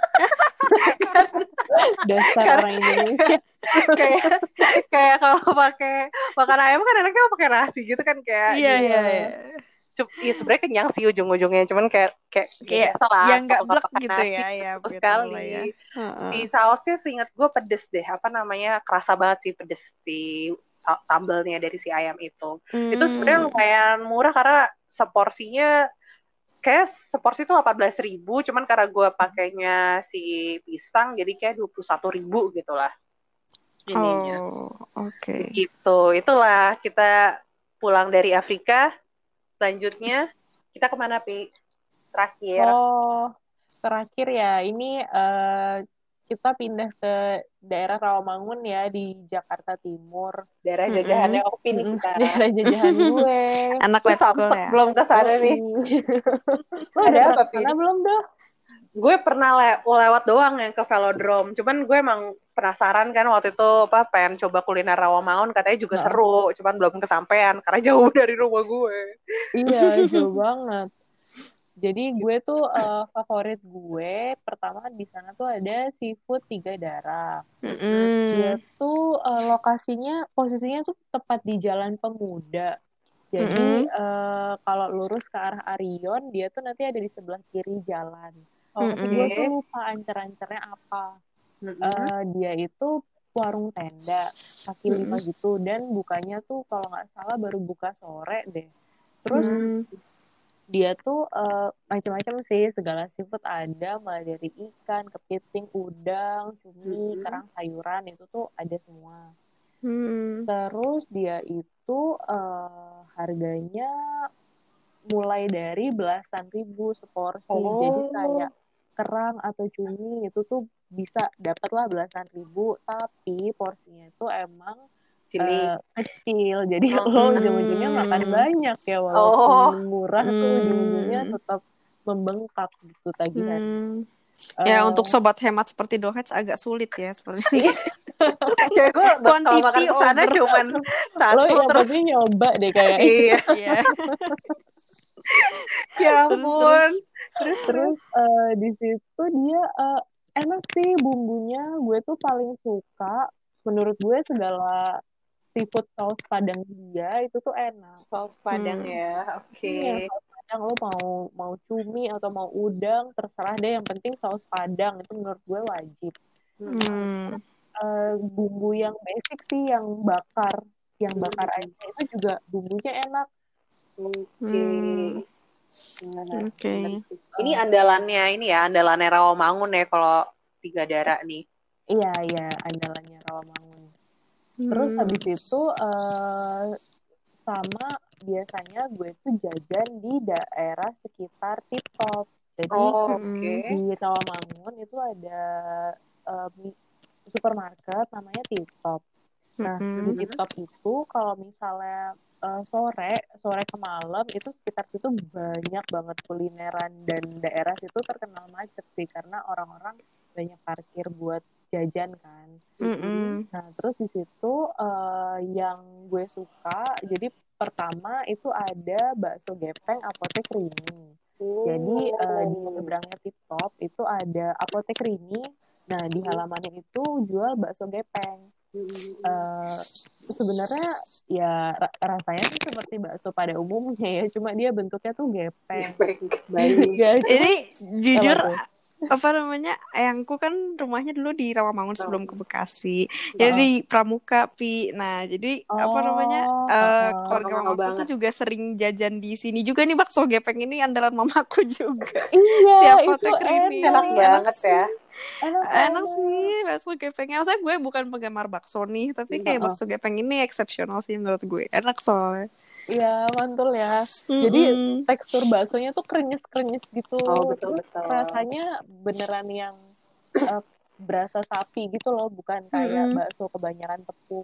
Speaker 3: Dasar orang Indonesia.
Speaker 2: kayak kalau pakai makan ayam kan enaknya pakai nasi gitu kan, kayak
Speaker 1: iya.
Speaker 2: Ya sebenarnya kenyang sih ujung-ujungnya, cuman kayak salah
Speaker 1: yang nggak blek gitu ya
Speaker 2: sekali. Si sausnya seingat gue pedes deh, kerasa banget sih pedes si sambalnya dari si ayam itu. Itu sebenarnya lumayan murah karena seporsinya kayak seporsi itu 18 ribu, cuman karena gue pakainya si pisang jadi kayak 21 ribu gitu lah ininya.
Speaker 1: Oke.
Speaker 2: Gitu, itulah kita pulang dari Afrika. Selanjutnya kita kemana, Pi?
Speaker 3: Terakhir ya ini kita pindah ke daerah Rawamangun ya, di Jakarta Timur.
Speaker 2: Daerah jajahannya Opi nih kita.
Speaker 3: Daerah jajahan gue.
Speaker 1: Anak lab school ya.
Speaker 2: Belum kesana nih.
Speaker 3: Ada apa, Pi? Belum doh.
Speaker 2: Gue pernah lewat doang yang ke Velodrome. Cuman gue emang penasaran kan waktu itu pengen coba kuliner Rawamangun, katanya juga seru. Cuman belum kesampean karena jauh dari rumah gue.
Speaker 3: Iya, jauh banget. Jadi gue tuh favorit gue pertama di sana tuh ada Seafood Tiga Darah. Dia tuh posisinya tuh tepat di Jalan Pemuda. Jadi kalau lurus ke arah Arion, dia tuh nanti ada di sebelah kiri jalan. Tapi gue tuh lupa ancer-ancernya apa. Dia itu warung tenda kaki lima gitu, dan bukanya tuh kalau nggak salah baru buka sore deh. Terus dia tuh macam-macam sih, segala seafood ada, mulai dari ikan, kepiting, udang, cumi, kerang, sayuran, itu tuh ada semua. Terus dia itu harganya mulai dari belasan ribu seporsi. Jadi kayak kerang atau cumi itu tuh bisa dapatlah belasan ribu, tapi porsinya itu emang kecil. Jadi lo ujung-ujungnya makan banyak ya, walaupun murah tuh ujung-ujungnya tetap membengkak gitu tagihannya.
Speaker 1: Ya untuk sobat hemat seperti Dohets agak sulit ya sepertinya.
Speaker 2: Ya gue kalau makan kesana cuman satu.
Speaker 3: Lo yang terus nyoba deh kayak
Speaker 2: iya. Ya ampun.
Speaker 3: Terus di situ dia enak sih bumbunya. Gue tuh paling suka, menurut gue segala seafood saus padang dia itu tuh enak.
Speaker 2: Saus padang ya, oke.
Speaker 3: Iya, saus padang, lo mau cumi atau mau udang terserah deh, yang penting saus padang itu menurut gue wajib. Bumbu yang basic sih, yang bakar aja itu juga bumbunya enak.
Speaker 2: Oke. Ini andalannya Rawamangun ya kalau Tiga Dara nih.
Speaker 3: Iya, andalannya Rawamangun. Terus habis itu sama biasanya gue tuh jajan di daerah sekitar Tip-Top. Jadi di Rawamangun itu ada supermarket namanya Tip-Top. Nah, di Tip-Top itu kalau misalnya sore ke malam itu sekitar situ banyak banget kulineran, dan daerah situ terkenal macet sih karena orang-orang banyak parkir buat jajan kan. Nah, terus di situ yang gue suka, jadi pertama itu ada bakso gepeng Apotek Rini. Jadi di seberangnya Tip-Top itu ada Apotek Rini. Nah, di halamannya itu jual bakso gepeng. Sebenarnya ya rasanya sih seperti bakso pada umumnya ya, cuma dia bentuknya tuh gepeng.
Speaker 1: Ini jujur apa namanya, ayangku kan rumahnya dulu di Rawamangun sebelum ke Bekasi. Ya di Pramuka, Pi. Nah, jadi apa namanya, keluarga mamaku tuh juga sering jajan di sini juga nih, bakso gepeng ini andalan mamaku juga.
Speaker 3: Iya,
Speaker 1: itu
Speaker 2: enak banget ya.
Speaker 1: Enak sih bakso gepengnya. Maksudnya gue bukan penggemar bakso nih, tapi kayak bakso gepeng ini eksepsional sih menurut gue. Enak soalnya.
Speaker 3: Iya, mantul ya. Jadi tekstur baksonya tuh krenyes-krenyes gitu.
Speaker 2: Betul.
Speaker 3: Rasanya beneran yang berasa sapi gitu loh, bukan kayak bakso kebanyakan tepung.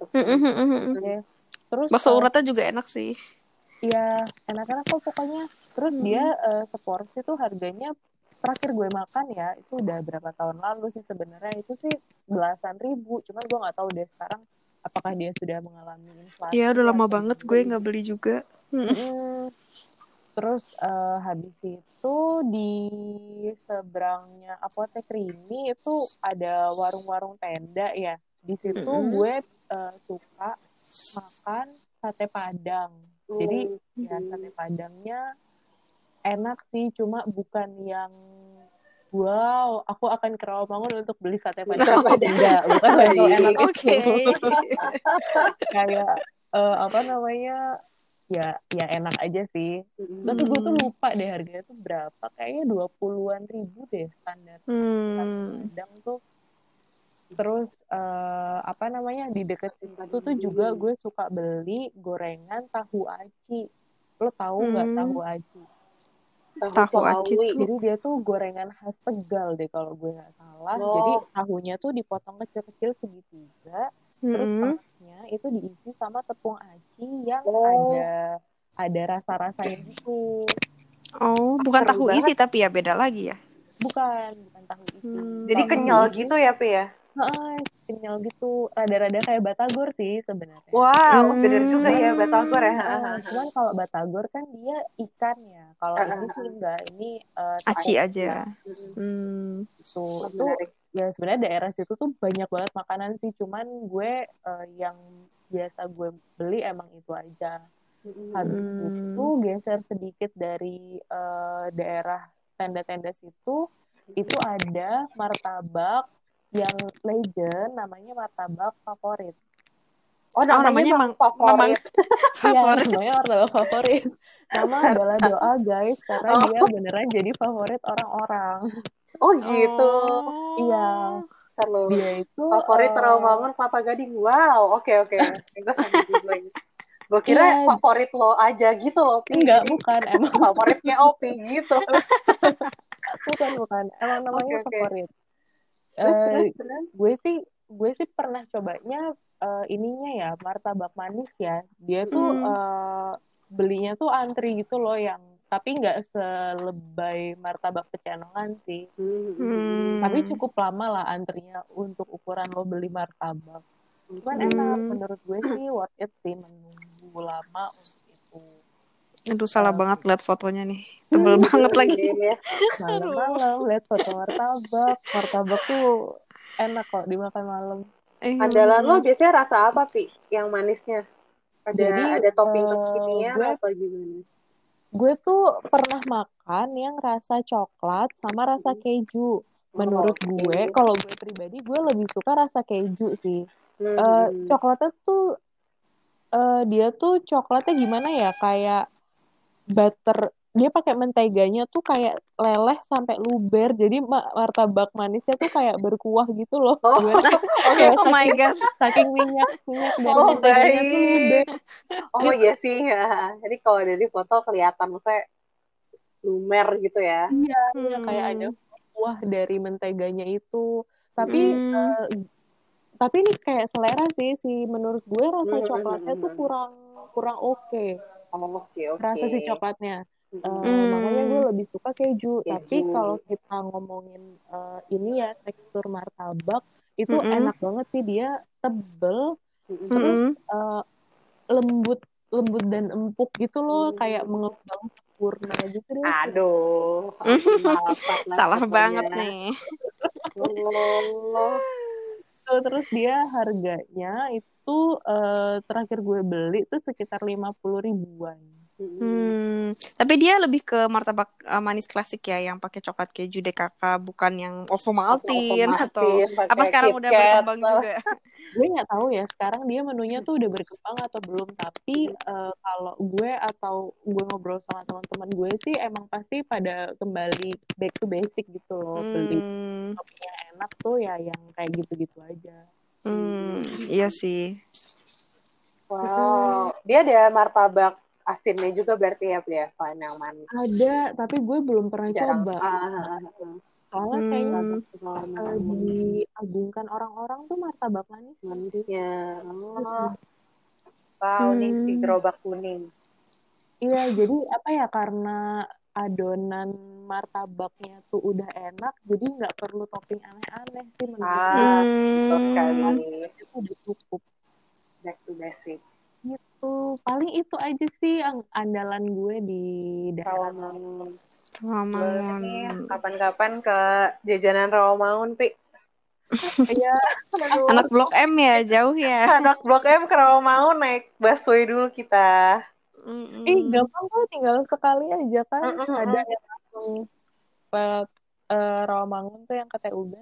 Speaker 3: Terus
Speaker 1: bakso uratnya juga enak sih.
Speaker 3: Iya, enak-enak kok pokoknya. Terus dia seporsi tuh harganya, terakhir gue makan ya, itu udah berapa tahun lalu sih sebenarnya, itu sih belasan ribu. Cuman gue nggak tahu deh sekarang apakah dia sudah mengalami inflasi.
Speaker 1: Iya, udah lama banget gue nggak beli juga.
Speaker 3: Terus habis itu di seberangnya Apotek Rini itu ada warung-warung tenda ya. Di situ gue suka makan sate Padang. Jadi ya sate Padangnya enak sih, cuma bukan yang wow, aku akan ke Rawamangun untuk beli sate Padang. Enggak, bukan level enak itu. Kayak apa namanya, ya enak aja sih. Tapi gue tuh lupa deh harganya tuh berapa. Kayaknya 20-an ribu deh standar Padang tuh. Terus apa namanya, di deket situ tuh juga gue suka beli gorengan tahu aci. Lo tahu nggak tahu aci?
Speaker 1: Tahu aci tuh.
Speaker 3: Jadi dia tuh gorengan khas Tegal deh kalau gue nggak salah. Jadi tahunya tuh dipotong kecil-kecil segitiga. Terus tengahnya itu diisi sama tepung aci yang ada rasa-rasanya gitu.
Speaker 1: Oh, bukan tahu isi tapi ya beda lagi ya?
Speaker 3: Bukan tahu isi.
Speaker 2: Jadi kenyal gitu ya, Pi ya?
Speaker 3: Kenyal gitu, rada-rada kayak batagor sih sebenarnya.
Speaker 2: Wow, bener juga ya batagor ya.
Speaker 3: Cuman kalau batagor kan dia ikan ya, kalau ini sih enggak, ini
Speaker 1: aci aja.
Speaker 3: Itu ya sebenarnya daerah situ tuh banyak banget makanan sih, cuman gue yang biasa gue beli emang itu aja. Habis itu geser sedikit dari daerah tenda-tenda situ, itu ada martabak yang legend, namanya martabak favorit.
Speaker 2: Namanya emang favorit.
Speaker 3: Iya, namanya martabak favorit. Nama adalah doa guys, karena dia beneran jadi favorit orang-orang.
Speaker 2: Oh gitu.
Speaker 3: Iya.
Speaker 2: Terus
Speaker 3: Dia itu
Speaker 2: favorit Rawamangun Kelapa Gading. Wow, oke. Itu sambil googling. Gue kira favorit lo aja gitu loh, Pi.
Speaker 3: Enggak,
Speaker 2: jadi,
Speaker 3: bukan. Emang
Speaker 2: favoritnya Opi gitu.
Speaker 3: bukan. Emang namanya favorit.
Speaker 2: Terus.
Speaker 3: Gue sih pernah cobanya ininya ya, martabak manis ya. Dia tuh belinya tuh antri gitu loh, yang tapi nggak selebay martabak Pecenongan sih. Tapi cukup lama lah antrinya untuk ukuran lo beli martabak. Cuman enak, menurut gue sih worth it sih menunggu lama untuk itu.
Speaker 1: Aduh, salah banget liat fotonya nih. Tebel banget lagi.
Speaker 3: Malam-malam liat foto martabak. Martabak tuh enak kok dimakan malam.
Speaker 2: Andalan lo biasanya rasa apa, Pi? Yang manisnya? Ada topping kekinian apa gimana?
Speaker 3: Gue tuh pernah makan yang rasa coklat sama rasa keju. Menurut gue, kalau gue pribadi, gue lebih suka rasa keju sih. Coklatnya tuh, dia tuh coklatnya gimana ya? Kayak butter, dia pakai menteganya tuh kayak leleh sampai luber. Jadi martabak manisnya tuh kayak berkuah gitu loh.
Speaker 2: Oh
Speaker 1: my god.
Speaker 3: Saking minyak dari menteganya tuh luber.
Speaker 2: Oh iya sih ya. Jadi kalau dari foto kelihatan maksudnya lumer gitu ya.
Speaker 3: Iya, kayak ada kuah dari menteganya itu. Tapi ini kayak selera sih menurut gue rasa coklatnya tuh kurang oke. Rasa si coklatnya. Makanya gue lebih suka keju. Tapi kalau kita ngomongin ini ya, tekstur martabak itu enak banget sih, dia tebel, terus lembut dan empuk gitu loh, kayak mengembang sempurna gitu deh.
Speaker 2: Aduh,
Speaker 1: salah banget nih.
Speaker 3: Terus dia harganya itu terakhir gue beli tuh sekitar 50 ribuan.
Speaker 1: Tapi dia lebih ke martabak manis klasik ya, yang pakai coklat keju DKK, bukan yang Ovomaltine atau apa sekarang udah berkembang juga.
Speaker 3: Gue nggak tahu ya sekarang dia menunya tuh udah berkembang atau belum, tapi kalau gue atau gue ngobrol sama teman-teman gue sih emang pasti pada kembali back to basic gitu loh, beli kopi yang enak tuh ya yang kayak gitu-gitu aja.
Speaker 1: Iya sih.
Speaker 2: Wow, dia ada martabak asinnya juga berarti ya, selain yang manis.
Speaker 3: Ada, tapi gue belum pernah coba. Soalnya kayaknya diagungkan orang-orang tuh martabak
Speaker 2: manisnya. Wow, nih si gerobak kuning.
Speaker 3: Iya, jadi apa ya, karena adonan martabaknya tuh udah enak, jadi nggak perlu topping aneh-aneh sih menurut gue.
Speaker 2: Betul sekali.
Speaker 3: Itu udah cukup.
Speaker 2: Back to basic.
Speaker 3: Gitu. Paling itu aja sih yang andalan gue di daerah
Speaker 2: Rawamangun. Nih, kapan-kapan ke jajanan Rawamangun, Pi.
Speaker 3: Iya.
Speaker 1: Anak Blok M ya, jauh ya.
Speaker 2: Anak Blok M ke Rawamangun naik busway dulu kita.
Speaker 3: Gampang kok, tinggal sekali aja kan. Ada yang langsung Rawamangun tuh yang ke TUB.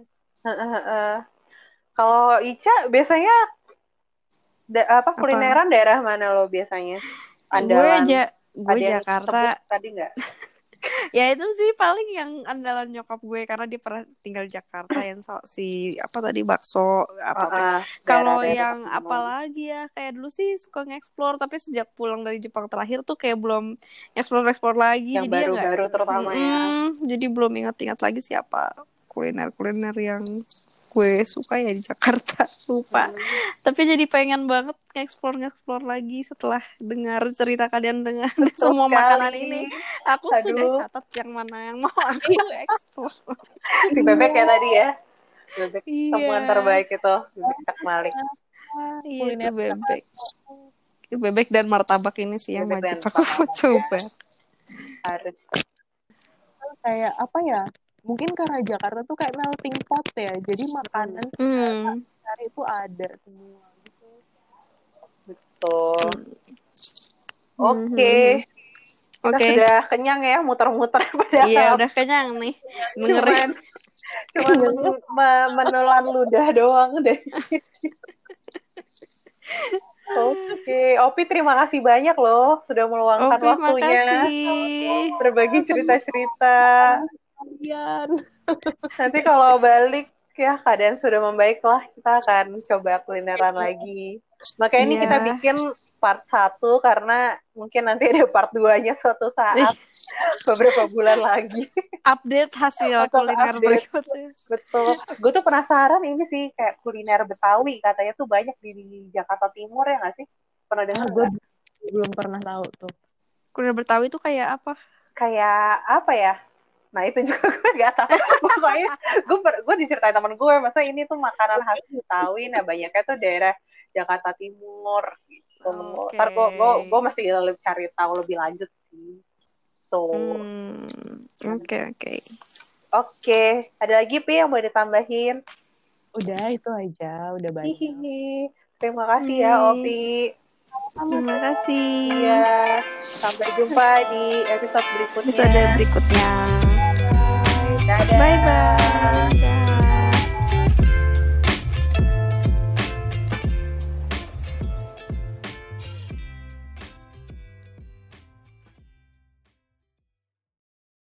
Speaker 2: Kalau Ica biasanya kulineran daerah mana lo biasanya? Andalan.
Speaker 1: Gue Jakarta.
Speaker 2: Tadi nggak?
Speaker 1: Ya itu sih paling yang andalan nyokap gue, karena dia pernah tinggal di Jakarta, yang bakso kalau yang apalagi ya, kayak dulu sih suka nge-explore, tapi sejak pulang dari Jepang terakhir tuh kayak belum explore lagi,
Speaker 2: yang baru-baru terutama ya.
Speaker 1: Jadi belum ingat-ingat lagi siapa kuliner yang gue suka ya di Jakarta, lupa. Tapi jadi pengen banget nge-explore lagi setelah dengar cerita kalian dengan semua makanan ini. Aku sudah catat yang mana yang mau aku explore.
Speaker 2: Si Bebek ya tadi ya. Bebek temuan terbaik itu, Bebek Cak Malik.
Speaker 1: Iya, Bebek dan martabak ini sih yang wajib aku coba.
Speaker 2: Harus.
Speaker 3: Kayak apa ya? Mungkin karena Jakarta tuh kayak melting pot ya, jadi makanan hari itu ada semua gitu.
Speaker 2: Betul. Oke. Kita sudah kenyang ya muter-muter padahal.
Speaker 1: Iya, udah kenyang nih.
Speaker 2: Cuman menelan ludah doang deh. Oke, Opi terima kasih banyak loh sudah meluangkan waktunya berbagi cerita-cerita. Nanti kalau balik ya keadaan sudah membaik lah, kita akan coba kulineran lagi. Makanya ini kita bikin part 1 karena mungkin nanti ada part 2-nya suatu saat beberapa bulan lagi.
Speaker 1: Update hasil kuliner berikutnya.
Speaker 2: Betul. Gue tuh penasaran ini sih kayak kuliner Betawi katanya tuh banyak di Jakarta Timur ya nggak sih? Pernah dengar?
Speaker 3: Gue belum pernah tahu tuh.
Speaker 1: Kuliner Betawi tuh kayak apa?
Speaker 2: Kayak apa ya? Nah itu juga gue nggak tahu. Pokoknya gue diceritain teman gue, masa ini tuh makanan khas Betawi, nah banyaknya tuh daerah Jakarta Timur gitu. Ntar gue mesti cari tahu lebih lanjut sih. Oke. Ada lagi Pi yang mau ditambahin?
Speaker 3: Udah itu aja, udah banyak.
Speaker 2: Terima kasih ya Opi.
Speaker 1: Terima kasih.
Speaker 2: Iya. Sampai jumpa di episode berikutnya.
Speaker 1: Dadah.
Speaker 2: Bye bye.